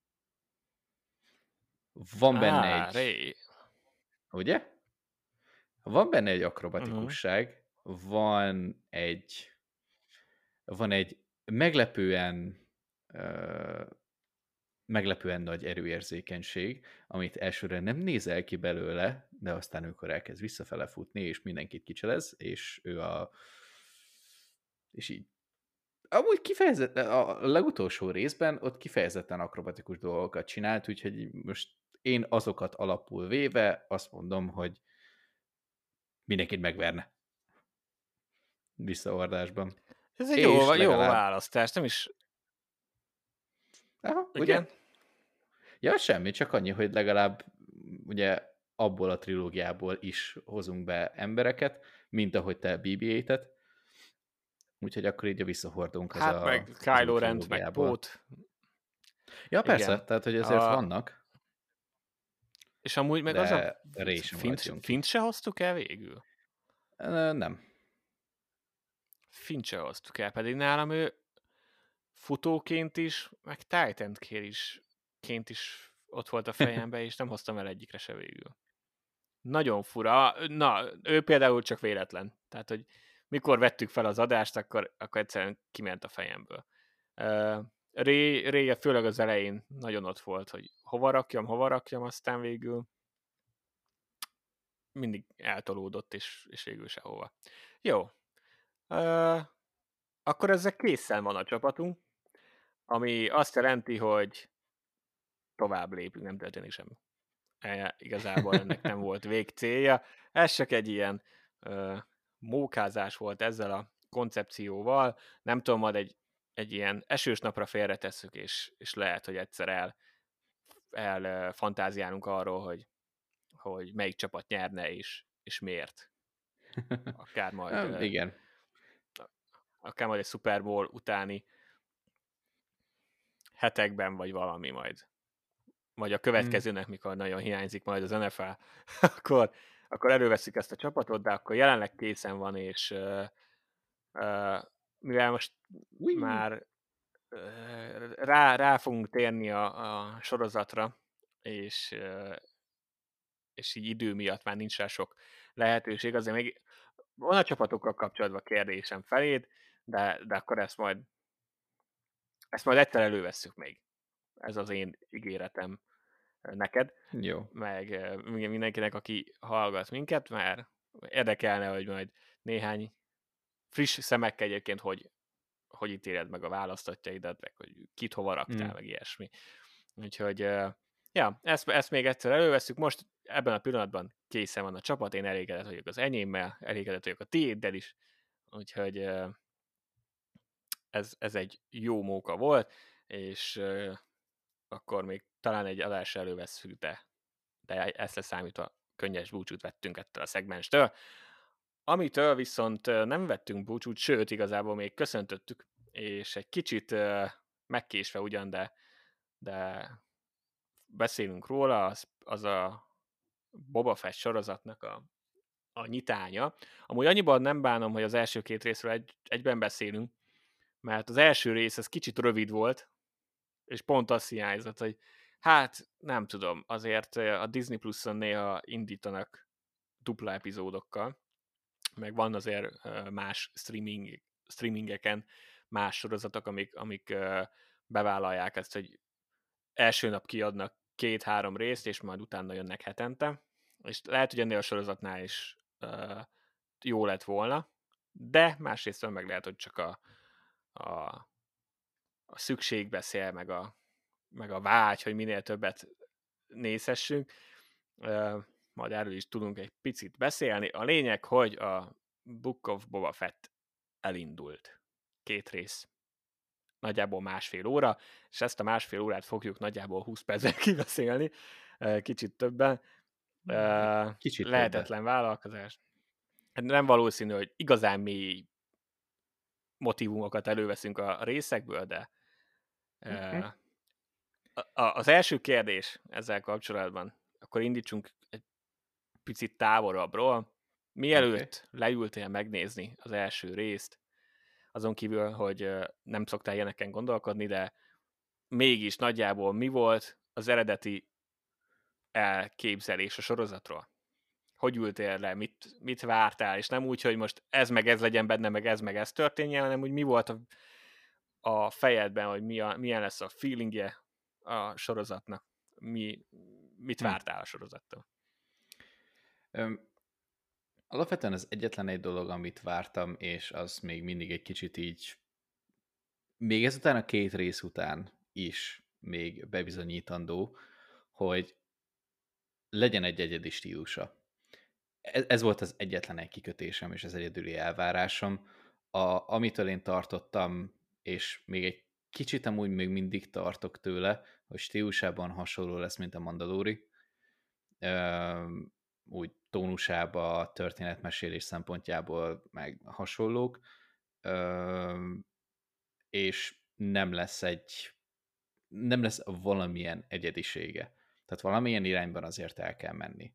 Van Á, benne egy... Rey. Ugye? Van benne egy akrobatikusság, uh-huh. van egy van egy meglepően uh, meglepően nagy erőérzékenység, amit elsőre nem nézel ki belőle, de aztán őkor elkezd visszafele futni, és mindenkit kicselez, és ő a... és így amúgy kifejezetten, a legutolsó részben ott kifejezetten akrobatikus dolgokat csinált, úgyhogy most én azokat alapul véve azt mondom, hogy mindenkit megverne visszaordásban. Ez egy jó, legalább... jó választás, nem is... Aha, ugye? Ja, semmi, csak annyi, hogy legalább ugye abból a trilógiából is hozunk be embereket, mint ahogy te bé bé nyolcat, úgyhogy akkor így a visszahordunk az hát a... meg Kylo Ren, meg Pót. Ja, persze, igen. Tehát hogy ezért a... vannak. És amúgy meg az a... Fint, Fint se hoztuk el végül? Nem. Fint se hoztuk el, pedig nálam ő futóként is, meg Titan-ként is, ként is ott volt a fejembe, és nem hoztam el egyikre se végül. Nagyon fura. Na, ő például csak véletlen. Tehát, hogy mikor vettük fel az adást, akkor, akkor egyszerűen kiment a fejemből. Uh, Ré, Réje főleg az elején nagyon ott volt, hogy hova rakjam, hova rakjam, aztán végül mindig eltolódott, és, és végül sehova. Jó. Uh, akkor ezzel készen van a csapatunk, ami azt jelenti, hogy tovább lépünk, nem történik semmi. E, igazából ennek nem volt végcélja. Ez csak egy ilyen uh, mókázás volt ezzel a koncepcióval. Nem tudom, majd egy, egy ilyen esős napra félretesszük, és, és lehet, hogy egyszer el, el fantáziálunk arról, hogy, hogy melyik csapat nyerne, és, és miért. Akár majd... uh, igen. Akár majd egy Super Bowl utáni hetekben, vagy valami majd vagy a Mm. következőnek, mikor nagyon hiányzik majd az en ef el, akkor, akkor előveszük ezt a csapatot, de akkor jelenleg készen van, és uh, uh, mivel most Ui. már uh, rá, rá fogunk térni a, a sorozatra, és, uh, és így idő miatt már nincs rá sok lehetőség, azért még van a csapatokkal kapcsolatban kérdésem feléd, de, de akkor ezt majd, ezt majd egyszer elővesszük még. Ez az én ígéretem neked, Jó. meg eh, mindenkinek, aki hallgat minket, mert érdekelne, hogy majd néhány friss szemekkel egyébként, hogy, hogy ítéled meg a választottjaidat, meg hogy kit hova raktál, Mm. meg ilyesmi. Úgyhogy, eh, ja, ezt, ezt még egyszer előveszük. Most ebben a pillanatban készen van a csapat, én elégedett vagyok az enyémmel, elégedett vagyok a tiéddel is, úgyhogy eh, ez, ez egy jó móka volt, és eh, akkor még talán egy adás elővesszük, de de ezt leszámítva könnyes búcsút vettünk ettől a szegmenstől. Amitől viszont nem vettünk búcsút, sőt, igazából még köszöntöttük, és egy kicsit megkésve ugyan, de, de beszélünk róla, az, az a Boba Fett sorozatnak a, a nyitánya. Amúgy annyiban nem bánom, hogy az első két részről egy, egyben beszélünk, mert az első rész az kicsit rövid volt, és pont azt hiányzott, hogy hát nem tudom, azért a Disney Plus-on néha indítanak dupla epizódokkal, meg van azért más streaming, streamingeken más sorozatok, amik, amik bevállalják ezt, hogy első nap kiadnak két-három részt, és majd utána jönnek hetente, és lehet, hogy ennél a sorozatnál is jó lett volna, de másrészt meg lehet, hogy csak a, a, a szükség beszél, meg a, meg a vágy, hogy minél többet nézhessünk. Majd erről is tudunk egy picit beszélni. A lényeg, hogy a Book of Boba Fett elindult. Két rész. Nagyjából másfél óra, és ezt a másfél órát fogjuk nagyjából húsz percben kibeszélni, kicsit többen. Kicsit Lehetetlen többen. vállalkozás. Nem valószínű, hogy igazán mély motivumokat előveszünk a részekből, de Mm-hmm. az első kérdés ezzel kapcsolatban, akkor indítsunk egy picit távolabbról. Mielőtt okay. leültél megnézni az első részt, azon kívül, hogy nem szoktál ilyeneken gondolkodni, de mégis nagyjából mi volt az eredeti elképzelés a sorozatról? Hogy ültél le, mit, mit vártál, és nem úgy, hogy most ez meg ez legyen benne, meg ez meg ez történjen, hanem úgy mi volt a, a fejedben, hogy mi a, milyen lesz a feelingje a sorozatnak, mi, mit vártál a sorozattól? Um, alapvetően az egyetlen egy dolog, amit vártam, és az még mindig egy kicsit így, még ezután a két rész után is még bebizonyítandó, hogy legyen egy egyedi stílusa. Ez, ez volt az egyetlen egy kikötésem, és az egyedüli elvárásom, a, amitől én tartottam, és még egy kicsit amúgy még mindig tartok tőle, hogy stílusában hasonló lesz, mint a Mandalori. Üm, úgy tónusába, történetmesélés szempontjából meg hasonlók, Üm, és nem lesz egy nem lesz valamilyen egyedisége. Tehát valamilyen irányban azért el kell menni.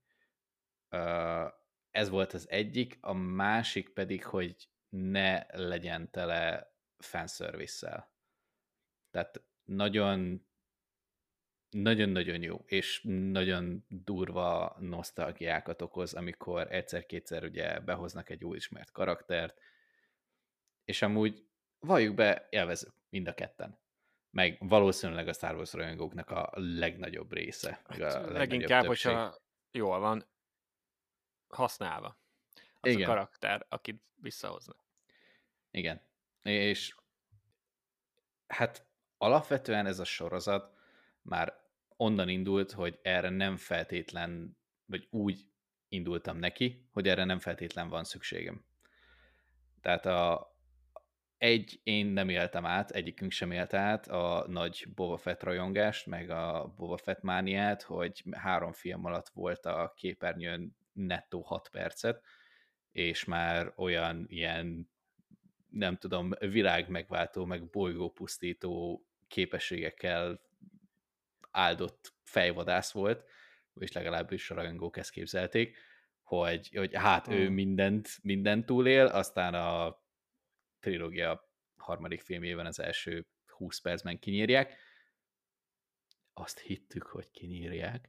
Ez volt az egyik, a másik pedig, hogy ne legyen tele fanservice-szel. Tehát nagyon nagyon-nagyon jó, és nagyon durva nosztalgiákat okoz, amikor egyszer-kétszer ugye behoznak egy új ismert karaktert, és amúgy valljuk be, élvező mind a ketten. Meg valószínűleg a Star Wars rajongóknak a legnagyobb része, meg Hát a legnagyobb leginkább, többség. hogyha jól van használva az a Igen, karakter, akit visszahoznak. igen. És hát alapvetően ez a sorozat már onnan indult, hogy erre nem feltétlen, vagy úgy indultam neki, hogy erre nem feltétlen van szükségem. Tehát a, egy, én nem éltem át, egyikünk sem élte át a nagy Boba Fett rajongást, meg a Boba Fett mániát, hogy három film alatt volt a képernyőn nettó hat percet, és már olyan ilyen, nem tudom, világ megváltó, meg bolygópusztító képességekkel áldott fejvadász volt, és legalábbis a rajongók ezt képzelték, hogy, hogy hát ő Hmm. mindent, mindent túlél, aztán a trilógia harmadik filmjében az első húsz percben kinyírják. Azt hittük, hogy kinyírják.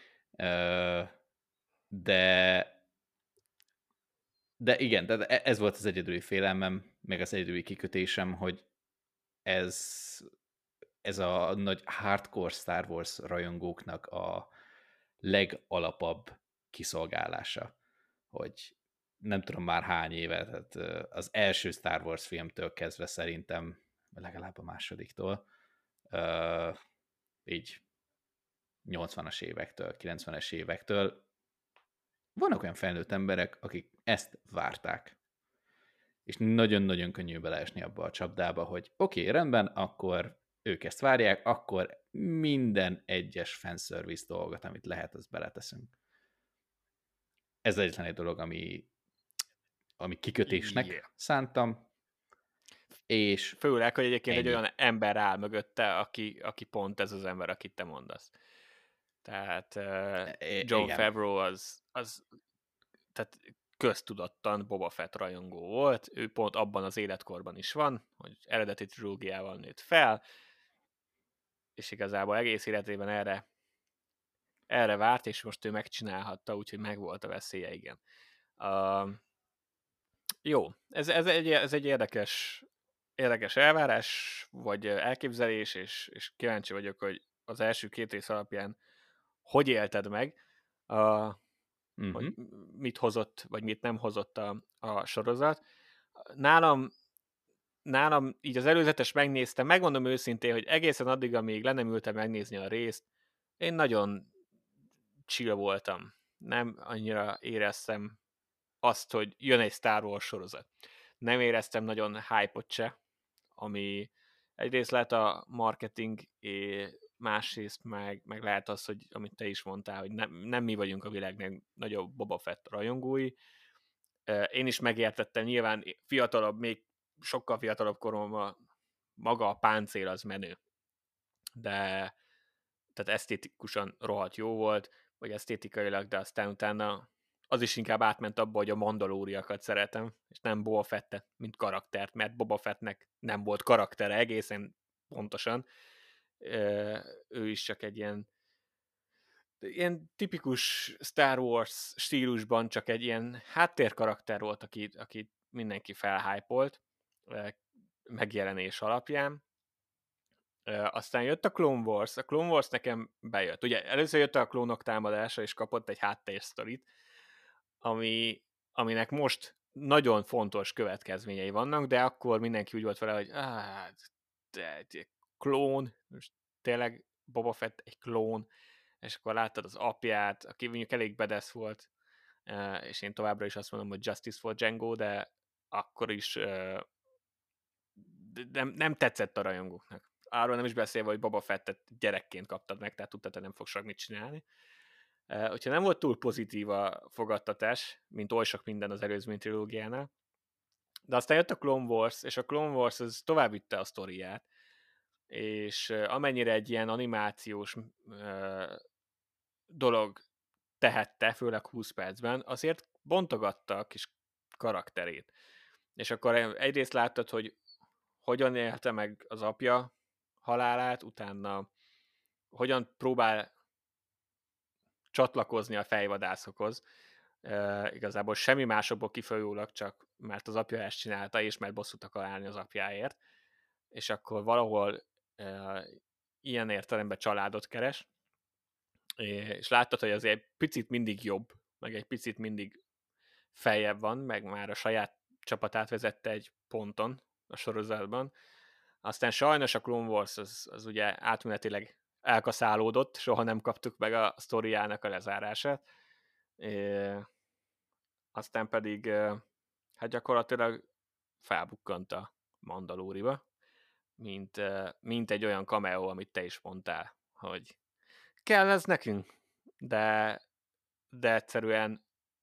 De de igen, de ez volt az egyedüli félelmem, meg az egyedüli kikötésem, hogy ez, ez a nagy hardcore Star Wars rajongóknak a legalapabb kiszolgálása, hogy nem tudom már hány éve, tehát az első Star Wars filmtől kezdve szerintem, legalább a másodiktól, így nyolcvanas évektől, kilencvenes évektől vannak olyan felnőtt emberek, akik ezt várták. És nagyon-nagyon könnyű beleesni abba a csapdába, hogy oké, okay, rendben, akkor ők ezt várják, akkor minden egyes fanservice dolgot, amit lehet, azt beleteszünk. Ez egyetlen egy dolog, ami, ami kikötésnek Yeah. szántam, és főleg, hogy egyébként ennyi. egy olyan ember áll mögötte, aki, aki pont ez az ember, akit te mondasz. Tehát uh, John Igen. Favreau az, az tehát köztudottan Boba Fett rajongó volt, ő pont abban az életkorban is van, hogy eredeti trilógiával nőtt fel, és igazából egész életében erre erre várt, és most ő megcsinálhatta, úgyhogy megvolt a veszélye, igen. Uh, jó, ez, ez, egy, ez egy érdekes, érdekes elvárás, vagy elképzelés, és, és kíváncsi vagyok, hogy az első két rész alapján hogy élted meg, uh, uh-huh. hogy mit hozott, vagy mit nem hozott a, a sorozat. Nálam, nálam így az előzetes megnéztem, megmondom őszintén, hogy egészen addig, amíg le nem ültem megnézni a részt, én nagyon chill voltam. Nem annyira éreztem azt, hogy jön egy Star Wars sorozat. Nem éreztem nagyon hype-ot se, ami egyrészt lehet a marketing, és másrészt meg, meg lehet az, hogy amit te is mondtál, hogy nem, nem mi vagyunk a világ nagyobb Boba Fett rajongói. Én is megértettem, nyilván fiatalabb, még sokkal fiatalabb koromban maga a páncél az menő. De tehát esztétikusan rohadt jó volt, vagy esztétikailag, de aztán utána az is inkább átment abba, hogy a mandalóriakat szeretem, és nem Boba Fettet, mint karaktert, mert Boba Fettnek nem volt karaktere egészen pontosan. Ő is csak egy ilyen ilyen tipikus Star Wars stílusban csak egy ilyen háttérkarakter volt, akit, akit mindenki felhypolt megjelenés alapján. Uh, aztán jött a Clone Wars, a Clone Wars nekem bejött. Ugye először jött a klónok támadása, és kapott egy háttérsztorit, ami, aminek most nagyon fontos következményei vannak, de akkor mindenki úgy volt vele, hogy ah, de, de, klón, most tényleg Boba Fett egy klón, és akkor láttad az apját, aki mondjuk elég bedesz volt, uh, és én továbbra is azt mondom, hogy Justice for Django, de akkor is uh, nem, nem tetszett a rajongóknak. Arról nem is beszélve, hogy Boba Fettet gyerekként kaptad meg, tehát tudtad, hogy nem fogsz mit csinálni. Uh, hogyha nem volt túl pozitív a fogadtatás, mint oly sok minden az előzmény trilógiánál, de aztán jött a Clone Wars, és a Clone Wars az tovább vitte a sztoriát, és uh, amennyire egy ilyen animációs uh, dolog tehette, főleg húsz percben, azért bontogatta a kis karakterét. És akkor egyrészt láttad, hogy hogyan élte meg az apja halálát, utána hogyan próbál csatlakozni a fejvadászokhoz. E, igazából semmi másokból kifolyólag, csak mert az apja ezt csinálta, és mert bosszút akar állni az apjáért. És akkor valahol e, ilyen értelemben családot keres. És láttad, hogy azért egy picit mindig jobb, meg egy picit mindig feljebb van, meg már a saját csapatát vezette egy ponton a sorozatban. Aztán sajnos a Clone Wars az, az ugye átmenetileg elkaszálódott, soha nem kaptuk meg a sztoriának a lezárását. É, aztán pedig hát gyakorlatilag felbukkant a Mandalóriba, mint, mint egy olyan cameo, amit te is mondtál, hogy kell ez nekünk, de, de egyszerűen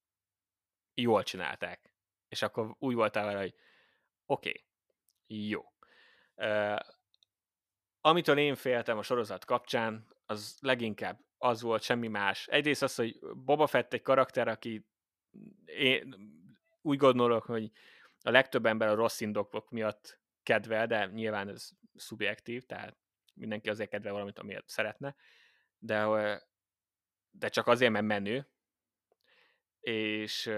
jól csinálták. És akkor úgy voltál vele, hogy oké, okay, jó. Uh, amitől én féltem a sorozat kapcsán, az leginkább az volt, semmi más. Egyrészt az, hogy Boba Fett egy karakter, aki én úgy gondolok, hogy a legtöbb ember a rossz indokok miatt kedvel, de nyilván ez szubjektív, tehát mindenki azért kedvel valamit, amiért szeretne, de, de csak azért, mert menő, és,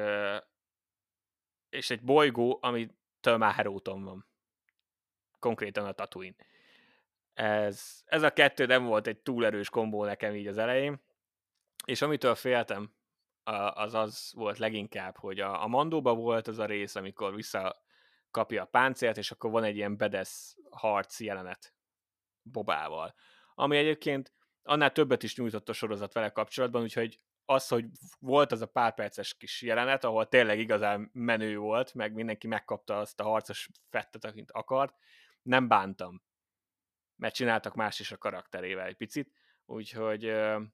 és egy bolygó, amitől már heróton van. Konkrétan a Tatooine. Ez, ez a kettő nem volt egy túl erős kombó nekem így az elején, és amitől féltem, az az volt leginkább, hogy a, a Mandóba volt az a rész, amikor visszakapja a páncélt, és akkor van egy ilyen bedesz harc jelenet Bobával, ami egyébként annál többet is nyújtott a sorozat vele kapcsolatban, úgyhogy az, hogy volt az a pár perces kis jelenet, ahol tényleg igazán menő volt, meg mindenki megkapta azt a harcos fettet, akit akart, nem bántam, mert csináltak más is a karakterével egy picit, úgyhogy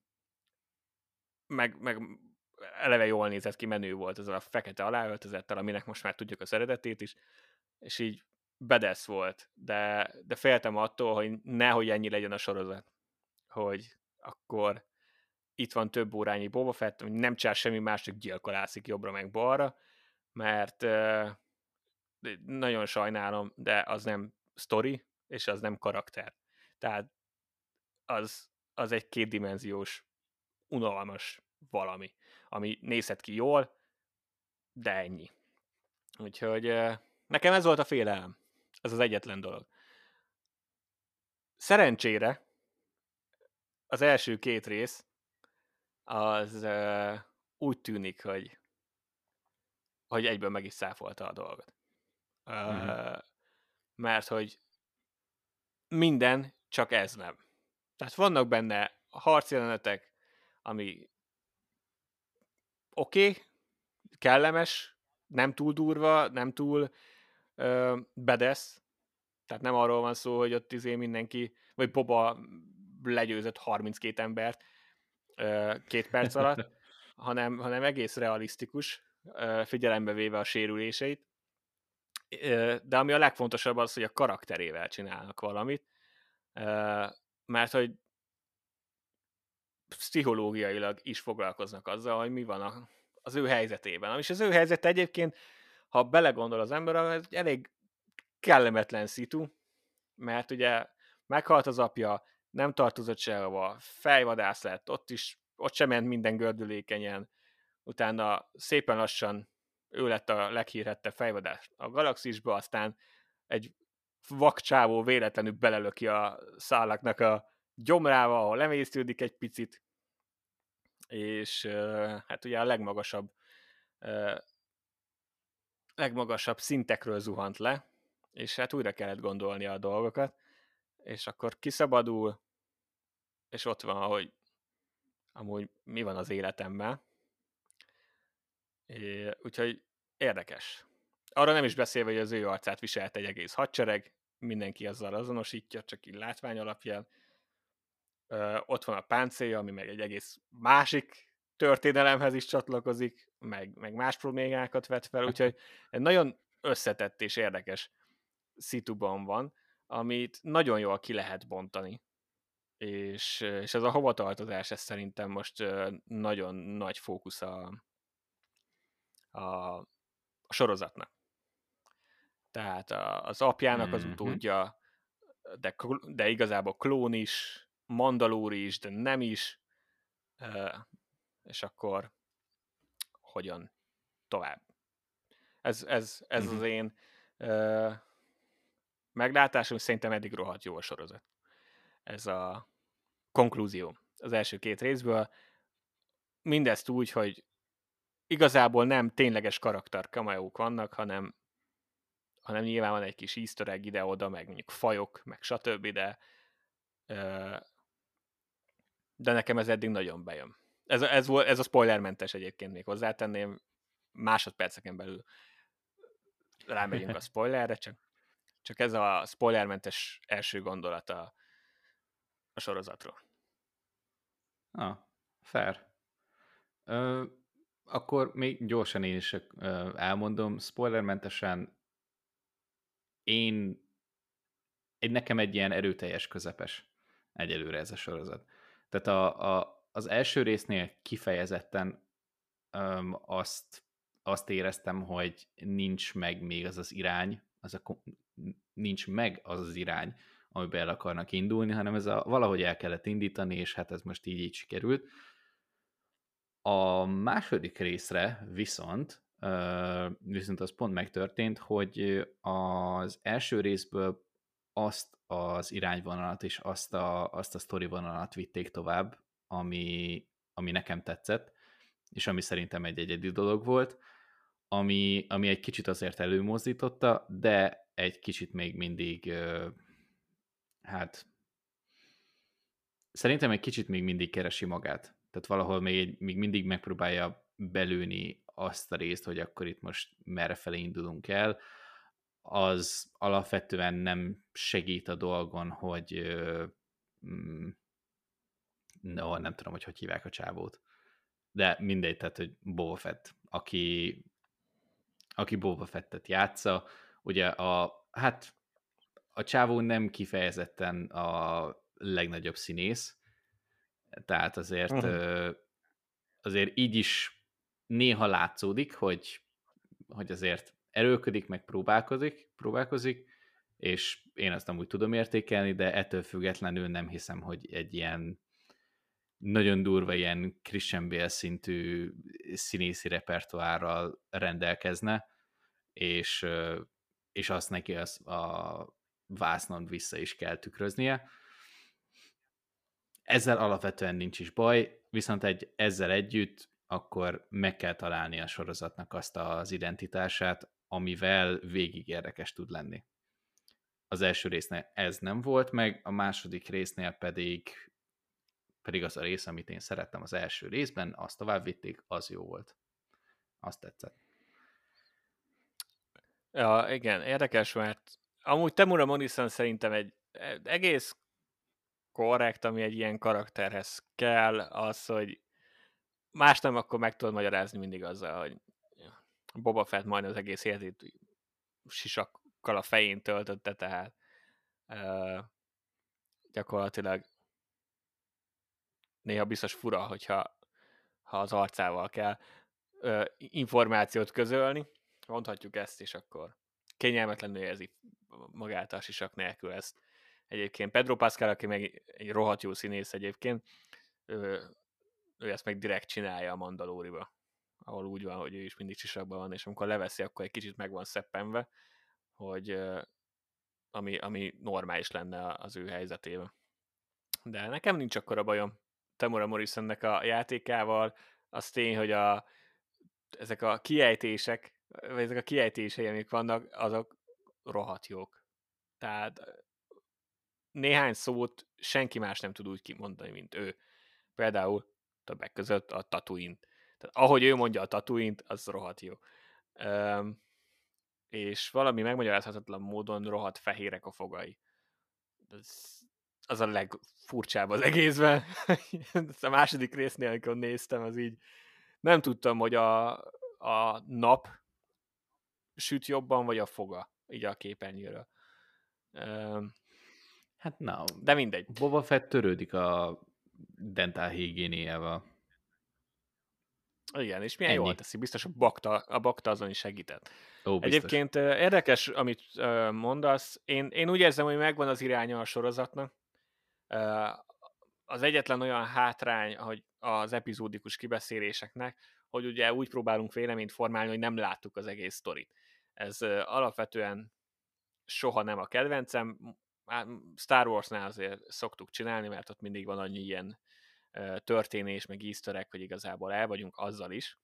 meg, meg eleve jól nézett ki, menő volt ez a fekete aláöltözettel, aminek most már tudjuk az eredetét is, és így bedesz volt, de, de féltem attól, hogy nehogy ennyi legyen a sorozat, hogy akkor itt van több órányi Boba Fett, hogy nem csinál semmi más, csak gyilkolászik jobbra meg balra, mert uh, nagyon sajnálom, de az nem sztori, és az nem karakter. Tehát az, az egy kétdimenziós, unalmas valami, ami nézhet ki jól, de ennyi. Úgyhogy uh, nekem ez volt a félelem. Ez az egyetlen dolog. Szerencsére az első két rész az uh, úgy tűnik, hogy, hogy egyből meg is száfolta a dolgot. Uh, uh-huh. Mert hogy minden, csak ez nem. Tehát vannak benne a harcjelenetek, ami oké, okay, kellemes, nem túl durva, nem túl uh, bedesz, tehát nem arról van szó, hogy ott izé mindenki, vagy Boba legyőzött harminckét embert uh, két perc alatt, hanem, hanem egész realisztikus, uh, figyelembe véve a sérüléseit. Uh, de ami a legfontosabb az, hogy a karakterével csinálnak valamit, uh, mert hogy pszichológiailag is foglalkoznak azzal, hogy mi van a, az ő helyzetében. És az ő helyzet egyébként, ha belegondol az ember, az elég kellemetlen szitu, mert ugye meghalt az apja, nem tartozott sehova, fejvadász lett, ott is, ott sem ment minden gördülékenyen, utána szépen lassan ő lett a leghírhettebb fejvadász a galaxisba, aztán egy vakcsávó véletlenül belelöki a szálaknak a gyomrába, ahol lemésztődik egy picit, és uh, hát ugye a legmagasabb uh, legmagasabb szintekről zuhant le, és hát újra kellett gondolnia a dolgokat, és akkor kiszabadul, és ott van, hogy amúgy mi van az életemmel. É, úgyhogy érdekes. Arra nem is beszélve, hogy az ő arcát viselt egy egész hadsereg, mindenki azzal azonosítja, csak így látvány alapján. Ö, ott van a páncélja, ami meg egy egész másik történelemhez is csatlakozik, meg, meg más problémákat vet fel, úgyhogy egy nagyon összetett és érdekes szituban van, amit nagyon jól ki lehet bontani. És, és ez a hovatartozás, ez szerintem most nagyon nagy fókusz a, a, a sorozatnak. Tehát a, az apjának az utódja, de, de igazából klón is, mandalóri is, de nem is, és akkor hogyan tovább. Ez, ez, ez uh-huh. az én uh, meglátásom, szerintem eddig rohadt jó a sorozat. Ez a konklúzió az első két részből. Mindezt úgy, hogy igazából nem tényleges karakter cameók vannak, hanem, hanem nyilván van egy kis easter egg ide-oda, meg mondjuk fajok, meg stb., de de nekem ez eddig nagyon bejön. Ez, ez, volt, ez a spoilermentes egyébként, még hozzátenném, másodperceken belül rámegyünk a spoilerre, csak, csak ez a spoilermentes első gondolata a sorozatról. Ah, fair. Ö, akkor még gyorsan én is ö, elmondom, spoilermentesen én egy nekem egy ilyen erőteljes közepes egyelőre ez a sorozat. Tehát a, a, az első résznél kifejezetten öm, azt, azt éreztem, hogy nincs meg még az az irány, az a, nincs meg az az irány, amiben el akarnak indulni, hanem ez a, valahogy el kellett indítani, és hát ez most így így sikerült. A második részre viszont, viszont az pont megtörtént, hogy az első részből azt az irányvonalat és azt a, azt a sztori vonalat vitték tovább, ami, ami nekem tetszett, és ami szerintem egy egyedi dolog volt, ami, ami egy kicsit azért előmozdította, de egy kicsit még mindig, hát szerintem egy kicsit még mindig keresi magát. Tehát valahol még, még mindig megpróbálja belőni azt a részt, hogy akkor itt most merre felé indulunk el, az alapvetően nem segít a dolgon, hogy mm, no, nem tudom, hogy hogy hívják a csávót. De mindegy, tehát, hogy Boba Fett, aki, aki Boba Fettet játsza, ugye a, hát a csávó nem kifejezetten a legnagyobb színész, tehát azért, uh-huh. azért így is néha látszódik, hogy, hogy azért erőlködik, meg próbálkozik, próbálkozik, és én azt amúgy tudom értékelni, de ettől függetlenül nem hiszem, hogy egy ilyen nagyon durva ilyen Christian Bale szintű színészi repertoárral rendelkezne, és, és azt neki az a vásznon vissza is kell tükröznie. Ezzel alapvetően nincs is baj, viszont egy, ezzel együtt akkor meg kell találni a sorozatnak azt az identitását, amivel végig érdekes tud lenni. Az első résznél ez nem volt meg, a második résznél pedig pedig az a rész, amit én szerettem az első részben, azt tovább vitték, az jó volt. Azt tetszett. Ja, igen, érdekes, mert amúgy Temuera Morrison szerintem egy egész korrekt, ami egy ilyen karakterhez kell, az, hogy más nem, akkor meg tudod magyarázni mindig azzal, hogy Boba Fett majd az egész életét sisakkal a fején töltötte, tehát uh, gyakorlatilag néha biztos fura, hogyha ha az arcával kell uh, információt közölni, mondhatjuk ezt, és akkor kényelmetlenül érzi magát a sisak nélkül ezt. Egyébként Pedro Pascal, aki meg egy rohadt jó színész egyébként, ő, ő ezt meg direkt csinálja a Mandalóriba, ahol úgy van, hogy ő is mindig sisakban van, és amikor leveszi, akkor egy kicsit meg van szeppenve, hogy ami, ami normális lenne az ő helyzetében. De nekem nincs akkora bajom Temuera Morrisonnek a játékával, az tény, hogy a, ezek a kiejtések, vagy ezek a kiejtései, amik vannak, azok rohadt jók. Tehát néhány szót senki más nem tud úgy kimondani, mint ő. Például többek között a Tatooine. Tehát ahogy ő mondja a Tatooine-t, az rohadt jó. Um, és valami megmagyarázhatatlan módon rohadt fehérek a fogai. Ez, az a legfurcsább az egészben. Ezt a második résznél, amikor néztem, az így nem tudtam, hogy a, a nap süt jobban, vagy a foga, így a képernyőről. Um, hát na, de mindegy. Boba Fett törődik a dentál higiéniával. Igen, és milyen Ennyi. Jól teszi, biztos a bakta, a bakta azon is segített. Ó, egyébként érdekes, amit mondasz, én, én úgy érzem, hogy megvan az iránya a sorozatnak. Az egyetlen olyan hátrány, hogy az epizódikus kibeszéléseknek, hogy ugye úgy próbálunk véleményt formálni, hogy nem láttuk az egész sztorit. Ez alapvetően soha nem a kedvencem. Star Warsnál azért szoktuk csinálni, mert ott mindig van annyi ilyen történés, meg easter egg, hogy igazából el vagyunk azzal is.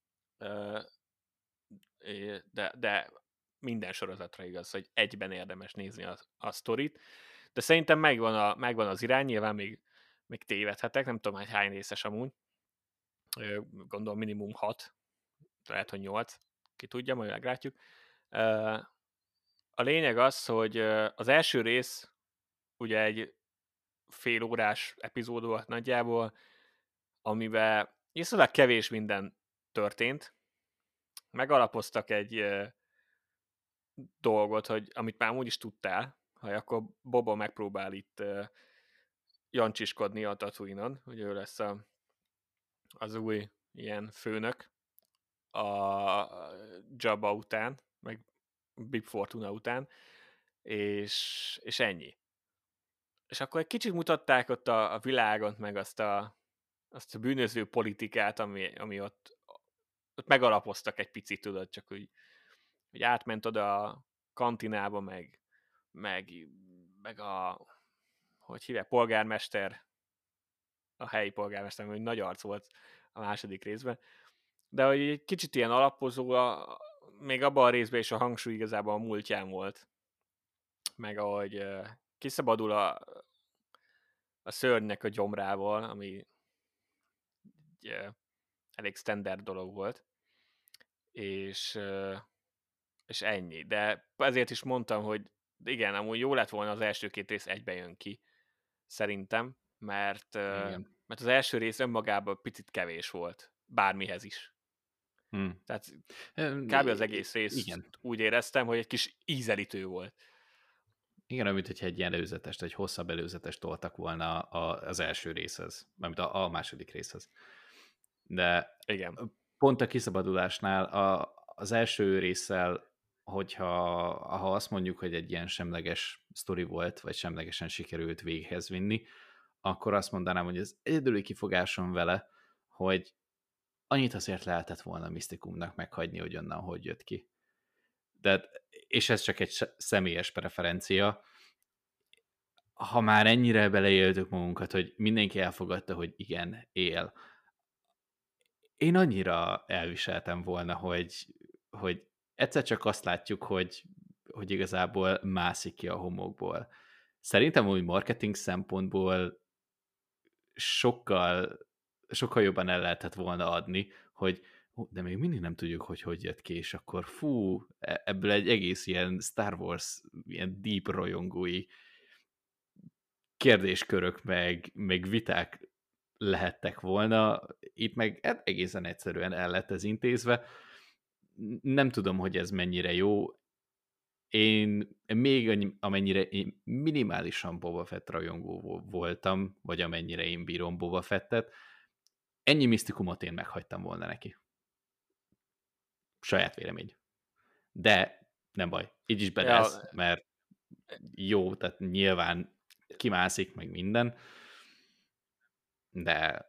De, de minden sorozatra igaz, hogy egyben érdemes nézni a, a sztorit. De szerintem megvan, a, megvan az irány, nyilván még, még tévedhetek, nem tudom, hogy hány részes amúgy. Gondolom minimum hat, lehet, hogy nyolc, ki tudja, majd meglátjuk. A lényeg az, hogy az első rész ugye egy fél órás epizód volt nagyjából, amiben iszonylag kevés minden történt. Megalapoztak egy dolgot, hogy amit már úgy is tudtál, hogy akkor Boba megpróbál itt jancsiskodni a Tatooine-on, hogy ő lesz a az új ilyen főnök a Jabba után, meg Bib Fortuna után, és, és ennyi. És akkor egy kicsit mutatták ott a, a világot, meg azt a, azt a bűnöző politikát, ami, ami ott, ott megalapoztak egy picit, tudod, csak úgy, hogy átment oda a kantinába, meg, meg, meg a, hogy hívják, polgármester, a helyi polgármester, hogy nagy arc volt a második részben, de hogy egy kicsit ilyen alapozó, a, még abban a részben is a hangsúly igazából a múltján volt, meg ahogy uh, kiszabadul a, a szörnynek a gyomrával, ami uh, elég standard dolog volt, és, uh, és ennyi. De ezért is mondtam, hogy igen, amúgy jó lett volna az első két rész egybe jön ki, szerintem, mert, uh, Igen. mert az első rész önmagában picit kevés volt, bármihez is. Hmm. Tehát kb. Az egész részt Igen. úgy éreztem, hogy egy kis ízelítő volt. Igen, olyan, mintha egy ilyen előzetest, egy hosszabb előzetest toltak volna az első részhez, mármint a, a második részhez. De Igen. pont a kiszabadulásnál a, az első résszel, hogyha ha azt mondjuk, hogy egy ilyen semleges sztori volt, vagy semlegesen sikerült véghez vinni, akkor azt mondanám, hogy az egyedüli kifogásom vele, hogy annyit azért lehetett volna Misztikumnak meghagyni, hogy onnan hogy jött ki. De, és ez csak egy személyes preferencia. Ha már ennyire beleéltük magunkat, hogy mindenki elfogadta, hogy igen, él, én annyira elviseltem volna, hogy, hogy egyszer csak azt látjuk, hogy, hogy igazából mászik ki a homokból. Szerintem úgy marketing szempontból sokkal, sokkal jobban el lehetett volna adni, hogy de még mindig nem tudjuk, hogy hogy jött ki, és akkor fú, ebből egy egész ilyen Star Wars, ilyen deep rajongói kérdéskörök, meg, meg viták lehettek volna, itt meg egészen egyszerűen el lett ez intézve. Nem tudom, hogy ez mennyire jó. Én még amennyire én minimálisan Boba Fett rajongó voltam, vagy amennyire én bírom Boba Fettet, ennyi misztikumot én meghagytam volna neki. Saját vélemény. De nem baj, így is benne lesz, ja. Mert jó, tehát nyilván kimászik meg minden, de...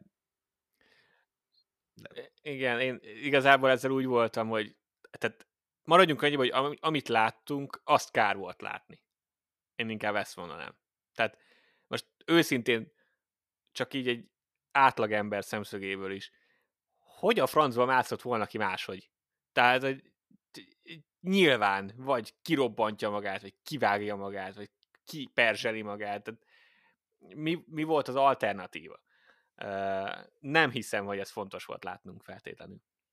de... Igen, én igazából ezzel úgy voltam, hogy tehát maradjunk annyiba, hogy amit láttunk, azt kár volt látni. Én inkább ezt mondanám. Tehát most őszintén csak így egy átlagember szemszögéből is, hogy a francba mászott volna ki máshogy? Tehát, hogy nyilván, vagy kirobbantja magát, vagy kivágja magát, vagy kiperzseli magát. Tehát mi, mi volt az alternatíva? Uh, nem hiszem, hogy ez fontos volt látnunk feltétlenül.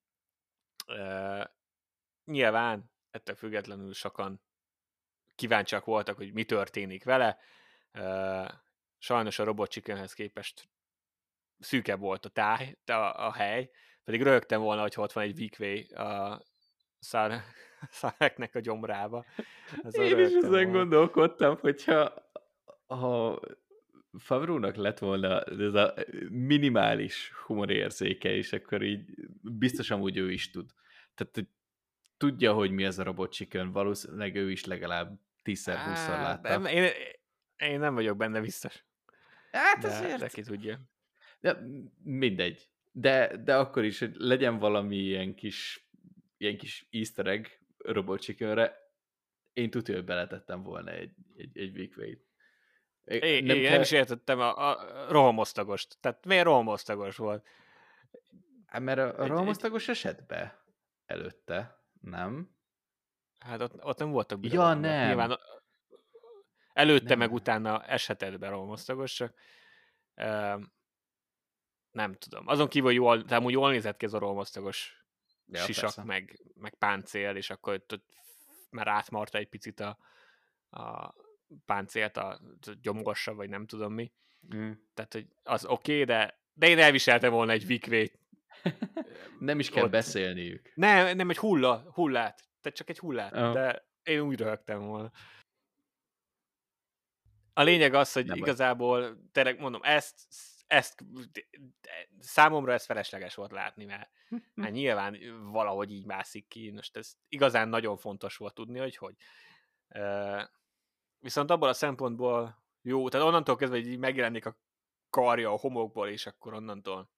Uh, nyilván, ettől függetlenül sokan kíváncsiak voltak, hogy mi történik vele. Uh, sajnos a Robot Chickenhez képest szűkebb volt a táj, a, a hely, pedig rögtem volna, hogy ott van egy Weekway a Szárnek a gyomrába. Ez Én is ezen volna. Gondolkodtam, hogyha ha Favreaunak lett volna ez a minimális humorérzéke, és akkor így biztosan úgy ő is tud. Tehát hogy tudja, hogy mi ez a Robot Chicken, valószínűleg ő is legalább tízszer-húszszor látta. De én, én nem vagyok benne biztos. Hát de, azért. De ki tudja. De mindegy. De, de akkor is, hogy legyen valami ilyen kis, ilyen kis easter egg Robot Chickenre, én tudja, hogy beletettem volna egy, egy, egy Weekway-t. É, nem, kell... nem is értettem a, a rohamosztagost. Tehát miért rohamosztagos volt? Hát mert a, a rohamosztagos egy... esetben előtte, nem? Hát ott, ott nem voltak birodalmak. Ja, nem. Nyilván előtte nem. Meg utána eshetett be rohamosztagos, csak uh, nem tudom. Azon kívül jól, de amúgy jól nézett ki ez a rohamosztagos ja, sisak, meg, meg páncél, és akkor ott, ott már átmarta egy picit a, a páncélt, a, a gyomorsa, vagy nem tudom mi. Mm. Tehát, hogy az oké, okay, de, de én elviseltem volna egy Weekway-t. Nem is kell ott beszélniük. Nem, nem egy hulla, hullát. Tehát csak egy hullát. Oh. De én úgy röhögtem volna. A lényeg az, hogy nem igazából, tényleg mondom, ezt ezt számomra ez felesleges volt látni, mert hát nyilván valahogy így mászik ki. Most ez igazán nagyon fontos volt tudni, hogy hogy. Viszont abból a szempontból jó, tehát onnantól kezdve, hogy így megjelenik a karja a homokból, és akkor onnantól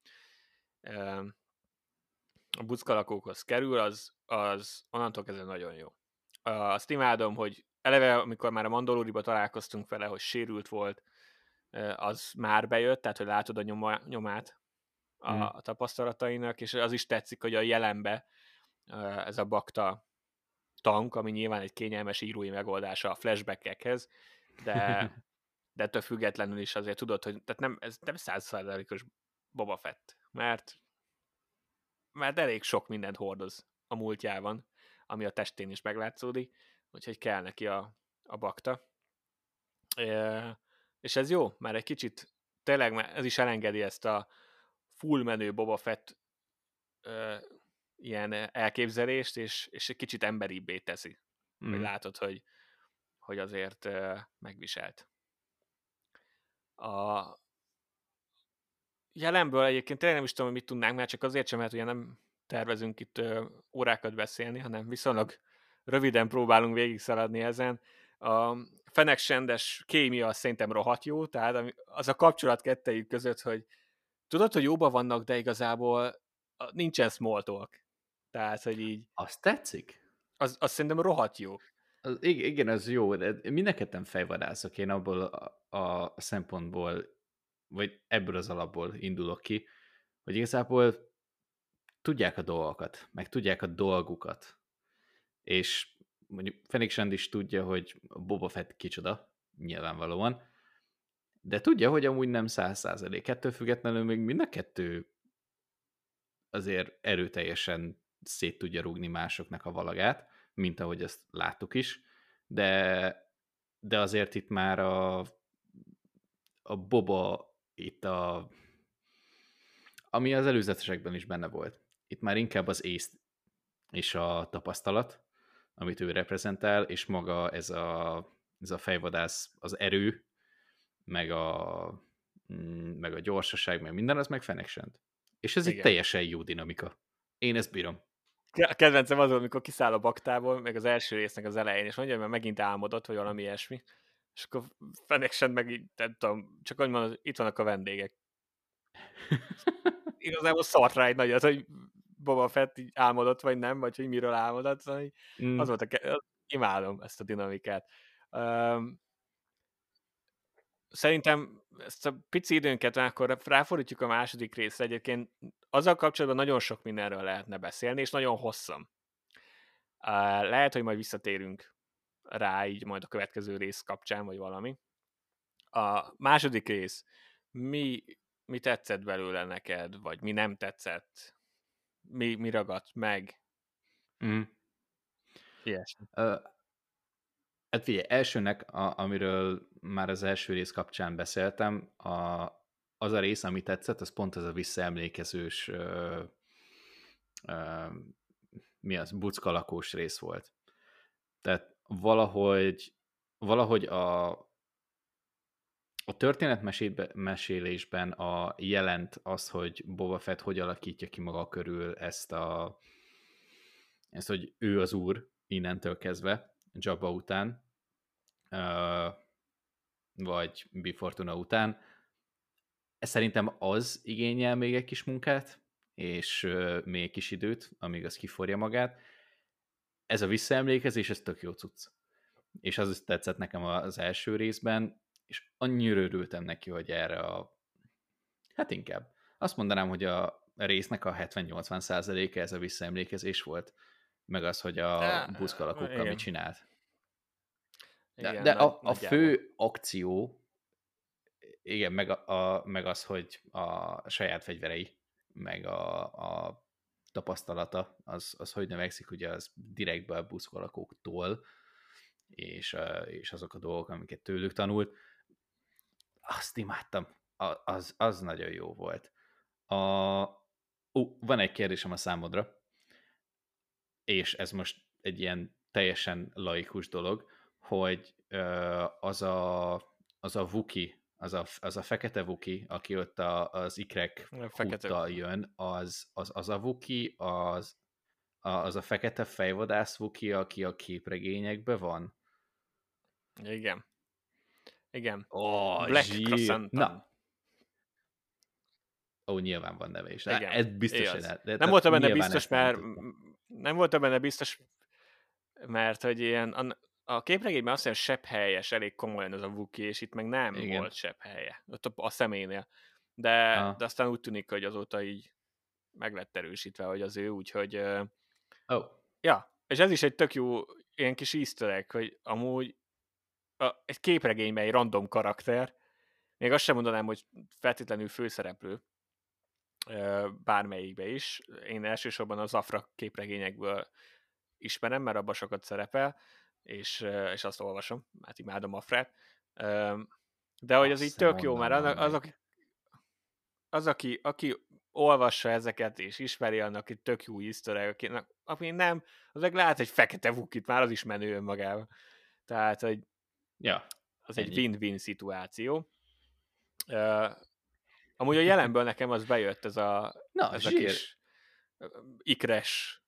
a buckalakókhoz kerül, az, az onnantól kezdve nagyon jó. Azt imádom, hogy eleve, amikor már a Mandaloriba találkoztunk vele, hogy sérült volt, az már bejött, tehát hogy látod a nyoma, nyomát a, Mm. a tapasztalatainak, és az is tetszik, hogy a jelenbe ez a Bacta tank, ami nyilván egy kényelmes írói megoldása a flashbackekhez, de, de ettől függetlenül is azért tudod, hogy tehát nem, ez nem száz százalékos Boba Fett, mert, mert elég sok mindent hordoz a múltjában, ami a testén is meglátszódik, úgyhogy kell neki a, a Bacta. E, és ez jó, mert egy kicsit tényleg ez is elengedi ezt a full menő Boba Fett e, ilyen elképzelést, és, és egy kicsit emberibbé teszi. Mm. Hogy látod, hogy, hogy azért e, megviselt. A jelenből egyébként tényleg nem is tudom, hogy mit tudnánk, mert csak azért sem, mert ugye nem tervezünk itt ö, órákat beszélni, hanem viszonylag röviden próbálunk végigszaladni ezen. A feneksendes kémia szerintem rohadt jó, tehát az a kapcsolat kettejük között, hogy tudod, hogy jóban vannak, de igazából nincsen small talk. Tehát, hogy így... Azt tetszik? Az, az szerintem rohadt jó. Az, igen, az jó, de mindenketten fejvadászok, én abból a, a szempontból, vagy ebből az alapból indulok ki, hogy igazából tudják a dolgokat, meg tudják a dolgukat. És mondjuk Fennec Shand is tudja, hogy Boba Fett kicsoda, nyilvánvalóan, de tudja, hogy amúgy nem száz százalék. Ettől függetlenül még mind a kettő azért erőteljesen szét tudja rúgni másoknak a valagát, mint ahogy ezt láttuk is, de, de azért itt már a, a Boba itt a ami az előzetesekben is benne volt. Itt már inkább az ész és a tapasztalat, amit ő reprezentál, és maga ez a, ez a fejvadász, az erő, meg a, meg a gyorsaság, meg minden, az meg Fennec Shand. És ez Igen. Itt teljesen jó dinamika. Én ezt bírom. A kedvencem az, amikor kiszáll a baktából, meg az első résznek az elején, és mondja, mert megint álmodott, vagy valami ilyesmi. És akkor Fennec Shand meg így, nem tudom, csak annyi van, itt vannak a vendégek. Igazából szart rá egy nagyot, hogy Boba Fett így álmodott, vagy nem, vagy hogy miről álmodott. Szóval mm. Az volt a ke- imádom ezt a dinamikát. Um, Szerintem ezt a pici időnket akkor ráfordítjuk a második részre. Egyébként azzal kapcsolatban nagyon sok mindenről lehetne beszélni, és nagyon hosszan. Lehet, hogy majd visszatérünk rá így majd a következő rész kapcsán, vagy valami. A második rész, mi, mi tetszett belőle neked, vagy mi nem tetszett? Mi, mi ragadt meg? Mm. Ilyesmi. Uh, hát figyelj, elsőnek, a, amiről már az első rész kapcsán beszéltem, a, az a rész, ami tetszett, az pont ez a visszaemlékezős uh, uh, mi az, buckalakós rész volt. Tehát valahogy, valahogy a, a történetmesélésben a jelent az, hogy Boba Fett hogy alakítja ki maga körül ezt a ezt, hogy ő az úr innentől kezdve, Jabba után, vagy Bifortuna után. Ez szerintem az igényel még egy kis munkát, és még egy kis időt, amíg az kiforja magát. Ez a visszaemlékezés, ez tök jó cucc. És az is tetszett nekem az első részben, és annyira örültem neki, hogy erre a... Hát inkább. Azt mondanám, hogy a résznek a hetven-nyolcvan százaléka ez a visszaemlékezés volt, meg az, hogy a buszkalakókkal mit csinált. De, igen, de nagy, a, a fő akció, igen, meg, a, a, meg az, hogy a saját fegyverei, meg a, a tapasztalata, az, az hogy növekszik, ugye az direktbe a buszkalakóktól, és, és azok a dolgok, amiket tőlük tanult. Azt imádtam. Az, az nagyon jó volt. A, ó, van egy kérdésem a számodra, és ez most egy ilyen teljesen laikus dolog, hogy az a, az a Wookie, az a, az a fekete Vuki, aki ott a, az ikrek A fekete. húttal jön, az, az, az a Vuki, az, a, az a fekete fejvadász Vuki, aki a képregényekben van. Igen. Igen. Ó, oh, Black zsír! Chrysanthemum. Na! Ó, nyilván van neve is. Igen. Ez biztosan Igaz. el, de, Nem tehát voltam benne nyilván biztos, ezt nem mert tudta. nem voltam benne biztos, mert hogy ilyen, a, a képregényben azt hiszem sepphelyes elég komolyan ez a Wookie, és itt meg nem Igen. volt sepphelye. Ott a, a személynél. De, Ah. de aztán úgy tűnik, hogy azóta így meg lett erősítve, hogy az ő, úgyhogy oh. ja, és ez is egy tök jó ilyen kis easter egg, hogy amúgy a, egy képregényben egy random karakter, még azt sem mondanám, hogy feltétlenül főszereplő bármelyikbe is. Én elsősorban az Afra képregényekből ismerem, mert abban sokat szerepel, és, és azt olvasom, hát imádom Afrát. De hogy az így tök jó, mert az, az, aki, az aki, aki olvassa ezeket, és ismeri annak egy tök jó easter egg, aki, aki nem, az meg lát egy fekete Wookit, már az is menő önmagában. Tehát, hogy ja, az ennyi. egy win-win szituáció. Uh, amúgy a jelenből nekem az bejött ez a, Na, ez a kis ikres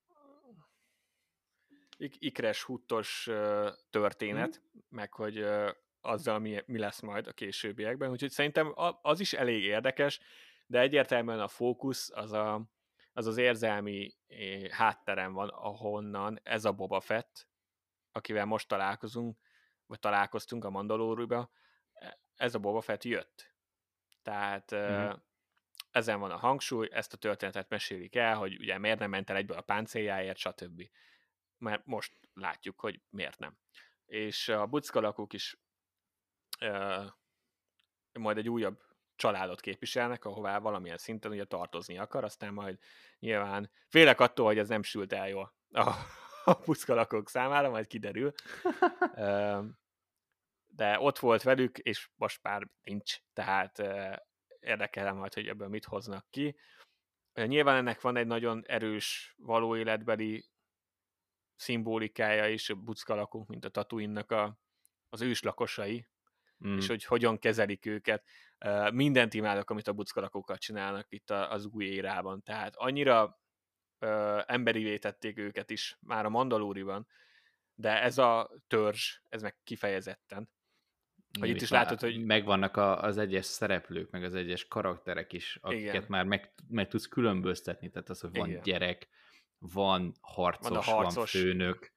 ik- ikres, huttos uh, történet, mm. meg hogy uh, azzal mi, mi lesz majd a későbbiekben, úgyhogy szerintem az is elég érdekes, de egyértelműen a fókusz az a, az, az érzelmi hátteren van, ahonnan ez a Boba Fett, akivel most találkozunk, vagy találkoztunk a Mandalorianban, ez a Boba Fett jött. Tehát mm. ezen van a hangsúly, ezt a történetet mesélik el, hogy ugye miért nem ment el egyből a páncéljáért, stb. Mert most látjuk, hogy miért nem. És a buckalakók is uh, majd egy újabb családot képviselnek, ahová valamilyen szinten ugye tartozni akar, aztán majd nyilván félek attól, hogy ez nem sült el jól a, a buckalakók számára, majd kiderül. uh, de ott volt velük, és most már nincs, tehát uh, érdekel majd, hogy ebből mit hoznak ki. Uh, nyilván ennek van egy nagyon erős való életbeli szimbolikája is, a buckalakók, mint a Tatooine-nak a, az őslakosai, mm. és hogy hogyan kezelik őket. Uh, mindent imádok, amit a buckalakókat csinálnak itt az új érában. Tehát annyira uh, emberivé tették őket is, már a Mandaloriban, de ez a törzs, ez meg kifejezetten. Hogy itt is látod, hogy megvannak a, az egyes szereplők, meg az egyes karakterek is, akiket igen. már meg, meg tudsz különböztetni, tehát az, hogy van igen. gyerek, van harcos, van, harcos. van főnök,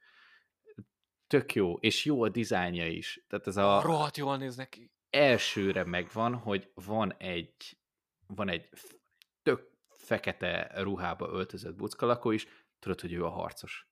tök jó, és jó a dizájnja is. Tehát ez a... rohadt jól néz neki. Elsőre megvan, hogy van egy van egy tök fekete ruhába öltözött buckalakó is, tudod, hogy ő a harcos.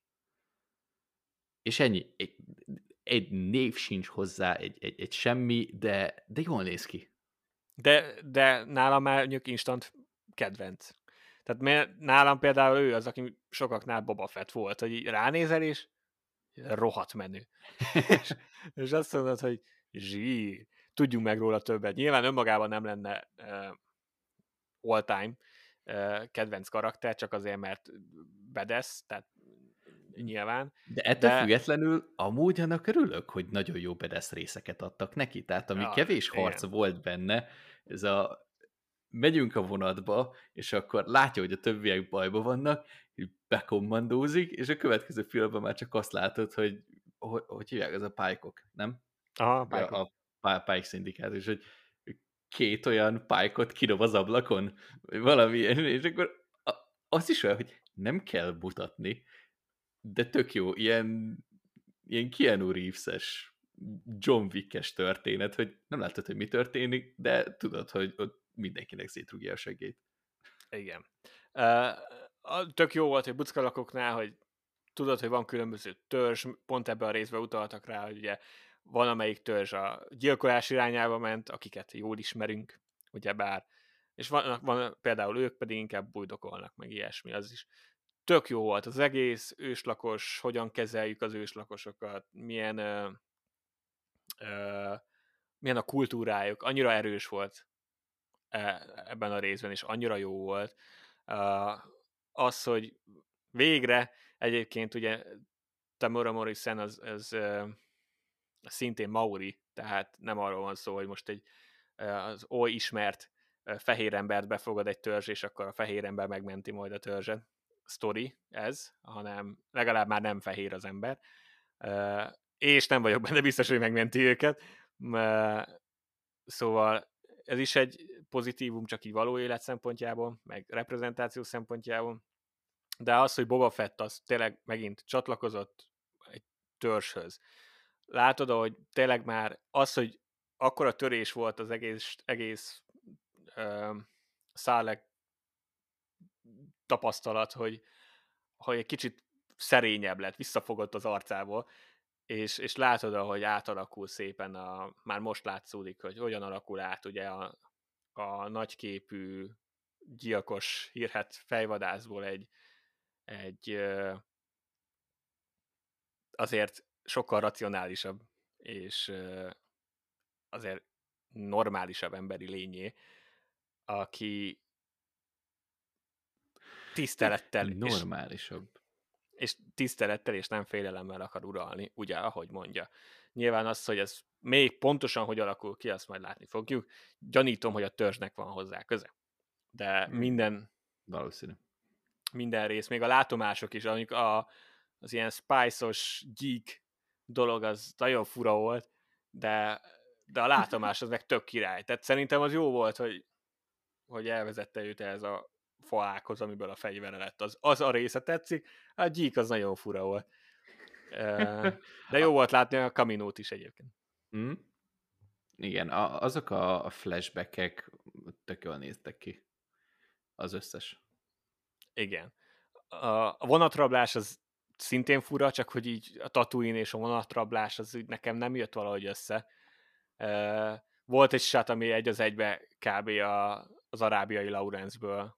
És ennyi. Egy, egy név sincs hozzá, egy, egy, egy semmi, de, de jól néz ki. De, de nálam már mondjuk instant kedvenc. Tehát mert nálam például ő az, aki sokaknál Boba Fett volt, hogy így ránézel, és rohadt menő. és, és azt mondod, hogy zsír, tudjunk meg róla többet. Nyilván önmagában nem lenne uh, all-time uh, kedvenc karakter, csak azért, mert bedesz, tehát nyilván. De ettől de... függetlenül amúgy annak örülök, hogy nagyon jó bedesz részeket adtak neki, tehát ami ja, kevés harc igen. volt benne, ez a megyünk a vonatba, és akkor látja, hogy a többiek bajba vannak, bekommandózik, és a következő filmben már csak azt látod, hogy hogy, hogy hívják, ez a pálykok, nem? Aha, pálykok. A, a Pike szindikátus, hogy két olyan pálykot kidob az ablakon, vagy valami, és akkor az is olyan, hogy nem kell mutatni, de tök jó, ilyen, ilyen Keanu Reeves-es, John Wick-es történet, hogy nem látod, hogy mi történik, de tudod, hogy ott mindenkinek szétrúgja a segét. Igen. Uh, tök jó volt, hogy buckalakoknál, hogy tudod, hogy van különböző törzs, pont ebben a részben utaltak rá, hogy ugye van, amelyik törzs a gyilkolás irányába ment, akiket jól ismerünk, ugyebár, és van, van például ők pedig inkább bujdokolnak, meg ilyesmi, az is tök jó volt az egész, őslakos, hogyan kezeljük az őslakosokat, milyen uh, uh, milyen a kultúrájuk, annyira erős volt ebben a részben, és annyira jó volt. Uh, az, hogy végre egyébként ugye Temuera Morrison az, az uh, szintén Maori, tehát nem arról van szó, hogy most egy az oly ismert fehér embert befogad egy törzs, és akkor a fehér ember megmenti majd a törzset. Sztori ez, hanem legalább már nem fehér az ember. És nem vagyok benne biztos, hogy megmenti őket. Szóval ez is egy pozitívum, csak így való élet szempontjából, meg reprezentáció szempontjából. De az, hogy Boba Fett az tényleg megint csatlakozott egy törzshöz. Látod, hogy tényleg már az, hogy akkora törés volt az egész, egész uh, Szálek tapasztalat, hogy, hogy egy kicsit szerényebb lett, visszafogott az arcából, és, és látod, ahogy átalakul szépen, a, már most látszódik, hogy hogyan alakul át ugye a, a nagyképű gyilkos hírhedt fejvadászból egy, egy azért sokkal racionálisabb, és azért normálisabb emberi lényé, aki tisztelettel normálisabb. És, és tisztelettel és nem félelemmel akar uralni, ugye, ahogy mondja. Nyilván az, hogy ez még pontosan hogy alakul ki, azt majd látni fogjuk. Gyanítom, hogy a törzsnek van hozzá köze. De Hmm. minden Valószínű. Minden rész, még a látomások is, amik a, az ilyen spice-os geek dolog, az nagyon fura volt, de, de a látomás az meg tök király. Tehát szerintem az jó volt, hogy, hogy elvezette őt ez a faákhoz, amiből a fegyvere lett. Az, az a része tetszik, a geek az nagyon fura volt. De jó volt látni a Kaminót is egyébként. Mm. Igen, a, azok a flashbackek tök jól néztek ki. Az összes. Igen. A vonatrablás az szintén fura, csak hogy így a Tatooine és a vonatrablás az úgy nekem nem jött valahogy össze. Volt egy sát, ami egy az egybe kb. A, az arábiai Lawrence-ből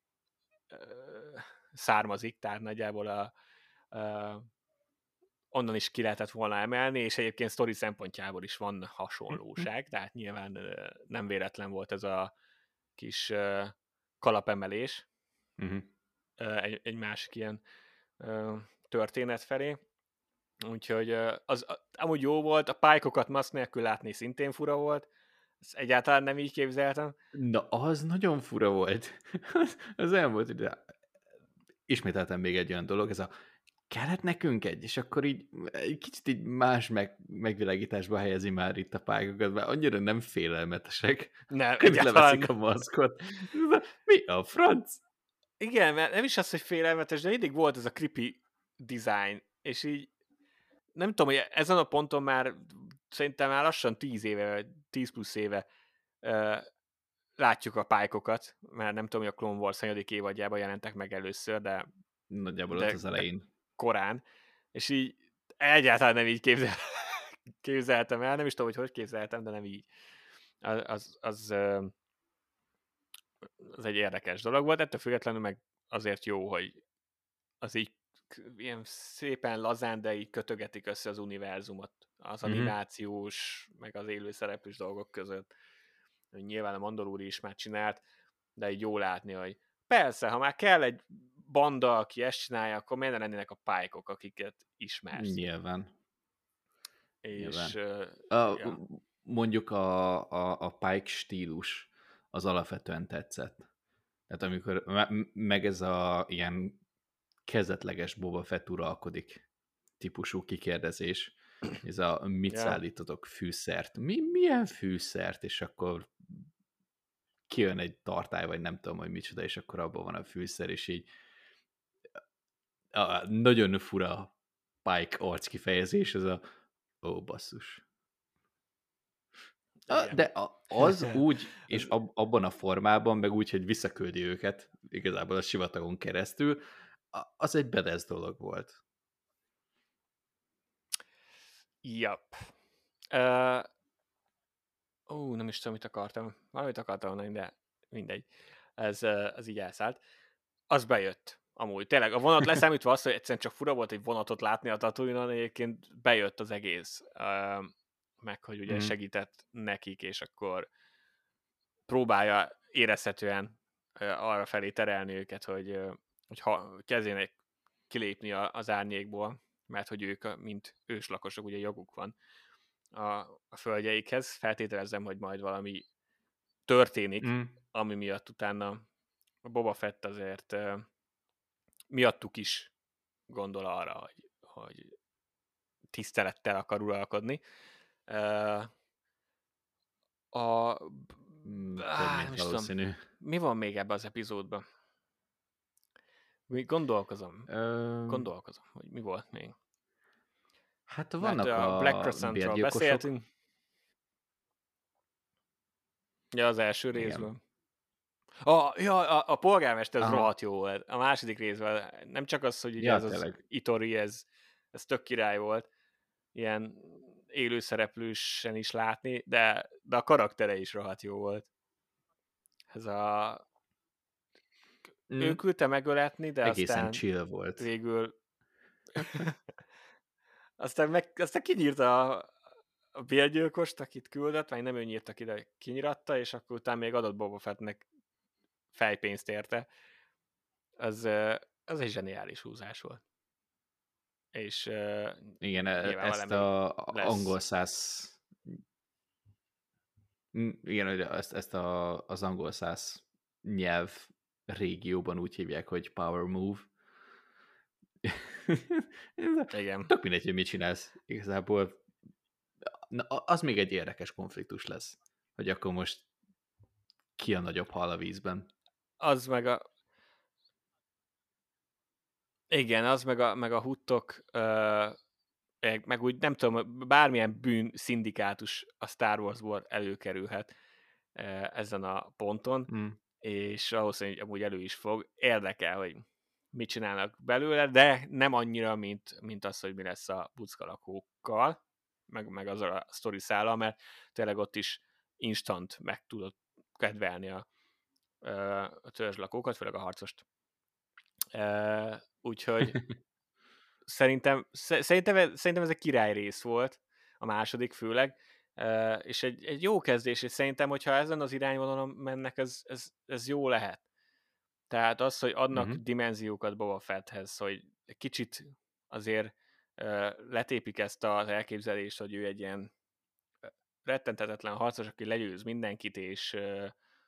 származik, tehát nagyjából a, a, onnan is ki lehetett volna emelni, és egyébként sztori szempontjából is van hasonlóság, tehát nyilván nem véletlen volt ez a kis kalapemelés uh-huh. egy, egy másik ilyen történet felé. Úgyhogy az amúgy jó volt, a pálykokat maszk nélkül látni szintén fura volt, ezt egyáltalán nem így képzeltem. Na, az nagyon fura volt. Az elmúlt, hogy ismételtem még egy olyan dolog, ez a kellett nekünk egy, és akkor így egy kicsit így más meg, megvilágításba helyezi már itt a pályokat, mert annyira nem félelmetesek. Nem, hogy leveszik a maszkot. Mi a franc? Igen, mert nem is az, hogy félelmetes, de mindig volt ez a creepy design, és így nem tudom, hogy ezen a ponton már szerintem már lassan tíz éve, tíz plusz éve uh, látjuk a pálykokat, mert nem tudom, hogy a Clone Wars hanyadik évadjában jelentek meg először, de nagyjából de, ott az elején. Korán, és így egyáltalán nem így képzel, képzeltem el, nem is tudom, hogy hogy képzeltem, de nem így. Az, az, az, az egy érdekes dolog volt, ettől függetlenül meg azért jó, hogy az így ilyen szépen lazán, de így kötögetik össze az univerzumot, az mm-hmm. animációs, meg az élő szereplős dolgok között. Nyilván a Mandalori is már csinált, de így jó látni, hogy persze, ha már kell egy banda, aki ezt csinálja, akkor miért ne lennének a pálykok, akiket ismersz. Nyilván. És Nyilván. Uh, a, ja. Mondjuk a, a, a Pike stílus az alapvetően tetszett. Tehát amikor meg ez a ilyen kezdetleges Boba Fett uralkodik típusú kikérdezés, ez a mit ja. szállítotok fűszert? Mi, milyen fűszert? És akkor kijön egy tartály, vagy nem tudom, hogy micsoda, és akkor abban van a fűszer, és így a, nagyon fura Pike arc kifejezés, ez a ó, basszus. A, de az úgy, és ab, abban a formában, meg úgy, hogy visszaküldi őket, igazából a sivatagon keresztül, az egy bedesz dolog volt. Jap. Uh, ó, nem is tudom, mit akartam. Valamit akartam mondani, de mindegy. Ez, ez így elszállt. Az bejött. Amúgy. Tényleg, a vonat leszámítva azt, hogy egyszerűen csak fura volt egy vonatot látni a Tatooine-on, egyébként bejött az egész. Uh, meg, hogy ugye mm. segített nekik, és akkor próbálja érezhetően uh, arra felé terelni őket, hogy, uh, hogy ha kezdjenek kilépni a, az árnyékból, mert hogy ők, mint őslakosok, ugye joguk van a, a földjeikhez. Feltételezem, hogy majd valami történik, Mm. ami miatt utána a Boba Fett azért uh, miattuk is gondol arra, hogy, hogy tisztelettel akar uralkodni. Uh, a... Mm, több, Á, nem mint is tudom, valószínű. mi van még ebben az epizódban? Még gondolkozom, Ö, gondolkozom, hogy mi volt még. hát Mert vannak a Black a Crescentról bérgyilkosok. beszéltünk. Ja, az első Igen. részben. A, ja, a, a polgármester ez Aha. rohadt jó volt. A második részben nem csak az, hogy ugye Ja, ez az tényleg. Itori, ez, ez tök király volt, ilyen élőszereplősen is látni, de, de a karaktere is rohadt jó volt. Ez a... Mm. Ő küldte megöletni, de Egészen aztán chill volt. végül... aztán, meg, aztán kinyírta a, a bérgyilkost, akit küldött, vagy nem ő nyírta ki, de kinyiratta, és akkor utána még adott Boba Fettnek fejpénzt érte. Az, az egy zseniális húzás volt. És uh, igen, ezt a angol száz igen, ezt, ezt a, az angol száz nyelv régióban úgy hívják, hogy power move. Igen. Tök mindegy, hogy mit csinálsz. Igazából na, az még egy érdekes konfliktus lesz, hogy akkor most ki a nagyobb hal a vízben. Az meg a... Igen, az meg a, meg a huttok, uh, meg, meg úgy nem tudom, bármilyen bűn szindikátus a Star Wars-ból előkerülhet uh, ezen a ponton, mm. és ahhoz, hogy amúgy elő is fog. Érdekel, hogy mit csinálnak belőle, de nem annyira, mint, mint az, hogy mi lesz a buckalakókkal, meg, meg az a sztori szála, mert tényleg ott is instant meg tudod kedvelni a, a törzslakókat, főleg a harcost. Uh, úgyhogy szerintem, szerintem, szerintem ez egy király rész volt, a második főleg, uh, és egy, egy jó kezdés, és szerintem, hogyha ezen az irányvonalon mennek, ez, ez, ez jó lehet. Tehát az, hogy adnak uh-huh. dimenziókat Boba Fetthez, hogy kicsit azért uh, letépik ezt az elképzelést, hogy ő egy ilyen rettentetetlen harcos, aki legyőz mindenkit, és, uh,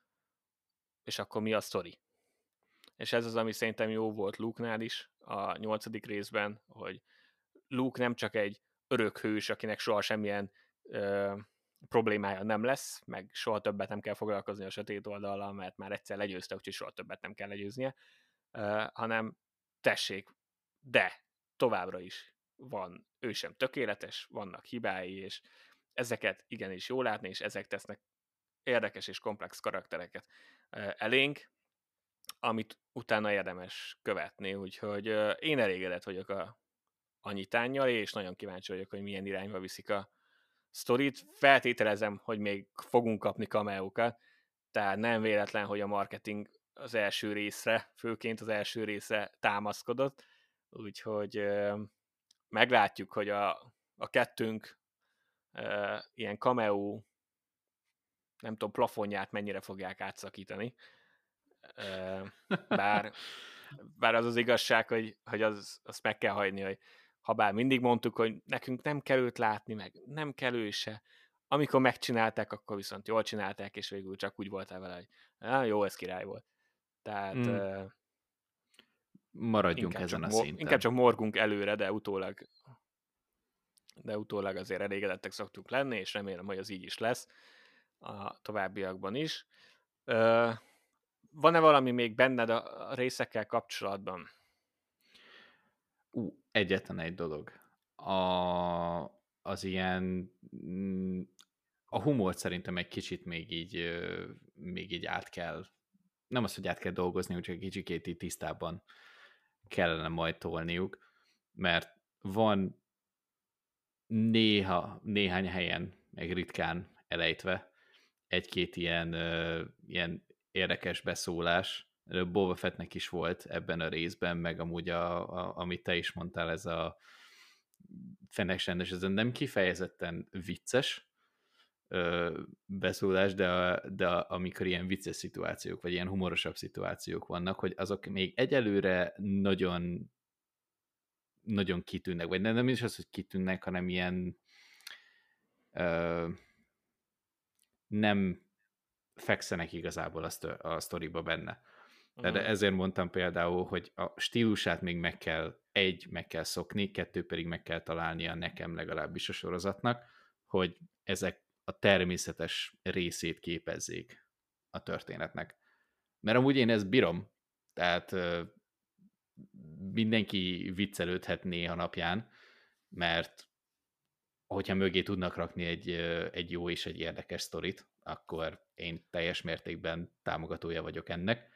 és akkor mi a sztori. És ez az, ami szerintem jó volt Luke-nál is a nyolcadik részben, hogy Luke nem csak egy örök hős, akinek soha semmilyen ö, problémája nem lesz, meg soha többet nem kell foglalkozni a sötét oldallal, mert már egyszer legyőzte, úgyhogy soha többet nem kell legyőznie, ö, hanem tessék, de továbbra is van, ő sem tökéletes, vannak hibái, és ezeket igenis jó látni, és ezek tesznek érdekes és komplex karaktereket ö, elénk, amit utána érdemes követni, úgyhogy ö, én elégedett vagyok a a nyitánnyal, és nagyon kíváncsi vagyok, hogy milyen irányba viszik a sztorit. Feltételezem, hogy még fogunk kapni cameókat, tehát nem véletlen, hogy a marketing az első részre, főként az első részre támaszkodott, úgyhogy euh, meglátjuk, hogy a, a kettőnk euh, ilyen cameo, nem tudom, plafonját mennyire fogják átszakítani. Euh, bár, bár az az igazság, hogy, hogy az, azt meg kell hagyni, hogy habár mindig mondtuk, hogy nekünk nem kell őt látni, meg nem kell ő se. Amikor megcsinálták, akkor viszont jól csinálták, és végül csak úgy voltál vele, hogy ah, jó, ez király volt. Tehát mm. uh, maradjunk inkább ezen csak, a mo- szinten. inkább csak morgunk előre, de utólag de utólag azért elégedettek szoktunk lenni, és remélem, hogy az így is lesz a továbbiakban is. Uh, van-e valami még benned a részekkel kapcsolatban? Ú, egyetlen egy dolog. A, az ilyen a humort szerintem egy kicsit még így még így át kell, nem az, hogy át kell dolgozni, csak egy kicsikét így tisztában kellene majd tolniuk, mert van néha, néhány helyen, meg ritkán elejtve egy-két ilyen, ilyen érdekes beszólás. Boba Fettnek is volt ebben a részben, meg amúgy, a, a, amit te is mondtál, ez a feneksendes, ez nem kifejezetten vicces ö, beszólás, de, a, de a, amikor ilyen vicces szituációk, vagy ilyen humorosabb szituációk vannak, hogy azok még egyelőre nagyon nagyon kitűnnek, vagy nem, nem is az, hogy kitűnnek, hanem ilyen ö, nem fekszenek igazából a, sztor- a sztoriba benne. De, de Uh-huh. ezért mondtam például, hogy a stílusát még meg kell, egy, meg kell szokni, kettő pedig meg kell találnia nekem legalábbis a sorozatnak, hogy ezek a természetes részét képezzék a történetnek. Mert amúgy én ezt bírom, tehát ö, mindenki viccelődhet néha napján, mert hogyha mögé tudnak rakni egy, ö, egy jó és egy érdekes sztorit, akkor én teljes mértékben támogatója vagyok ennek.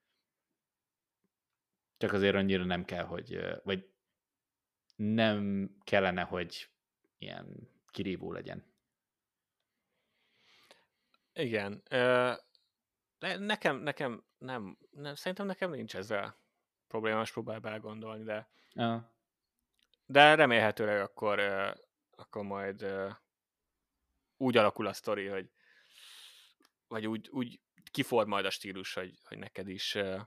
Csak azért annyira nem kell, hogy, ö, vagy nem kellene, hogy ilyen kirívó legyen. Igen. Ö, ne- nekem, nekem nem, nem, szerintem nekem nincs ezzel probléma, most próbál belegondolni, de, Ja. de remélhetőleg akkor, ö, akkor majd ö, úgy alakul a sztori, hogy vagy úgy, úgy kiform majd a stílus, hogy, hogy neked is ö,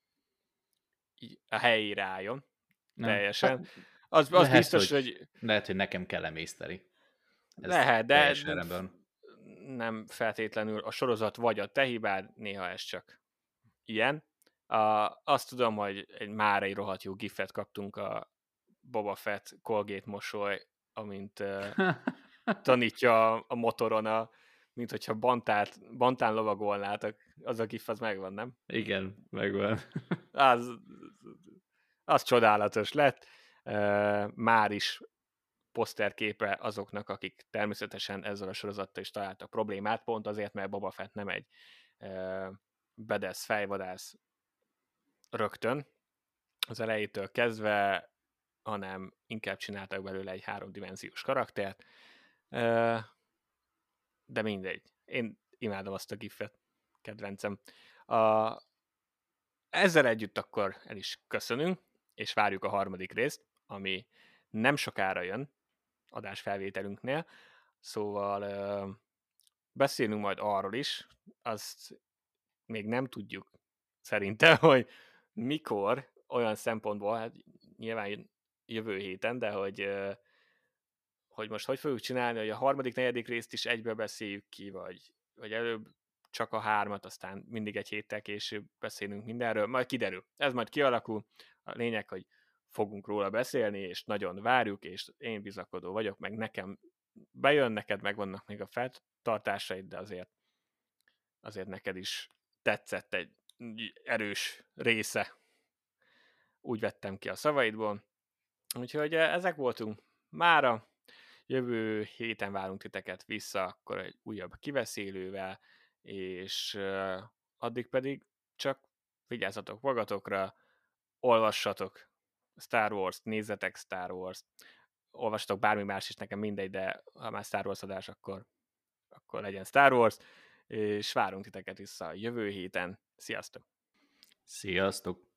így a helyére álljon Na, hát teljesen. Az, az lehet, biztos, hogy, hogy lehet, hogy nekem kell emészteni. Ez lehet, de teljesen rendben. nem feltétlenül a sorozat vagy a te hibád, néha ez csak ilyen. A, azt tudom, hogy egy már egy rohadt jó gifet kaptunk a Boba Fett Colgate mosoly, amint uh, tanítja a, a motoron, a, mint hogyha bantát, bantán lovagolnátok. Az a gif, az megvan, nem? Igen, megvan. Az, az csodálatos lett. Uh, már is poszterképe azoknak, akik természetesen ezzel a sorozattal is találtak problémát, pont azért, mert Boba Fett nem egy uh, bedesz fejvadász rögtön az elejétől kezdve, hanem inkább csináltak belőle egy háromdimenziós karaktert, uh, de mindegy. Én imádom azt a gifet, kedvencem. A, ezzel együtt akkor el is köszönünk, és várjuk a harmadik részt, ami nem sokára jön adásfelvételünknél, szóval uh, beszélünk majd arról is, azt még nem tudjuk szerintem, hogy mikor, olyan szempontból, hát nyilván jövő héten, de hogy, uh, hogy most hogy fogjuk csinálni, hogy a harmadik, negyedik részt is egybe beszéljük ki, vagy, vagy előbb csak a hármat, aztán mindig egy héttel később beszélünk mindenről, majd kiderül. Ez majd kialakul. A lényeg, hogy fogunk róla beszélni, és nagyon várjuk, és én bizakodó vagyok, meg nekem bejön, neked megvannak még a feltartásaid, de azért, azért neked is tetszett egy erős része. Úgy vettem ki a szavaidból. Úgyhogy ezek voltunk mára. Jövő héten várunk titeket vissza, akkor egy újabb kiveszélővel, és uh, addig pedig csak vigyázzatok magatokra, olvassatok Star Wars-t, nézzetek Star Wars-t, olvassatok bármi más is, nekem mindegy, de ha már Star Wars adás, akkor, akkor legyen Star Wars, és várunk titeket vissza a jövő héten. Sziasztok! Sziasztok!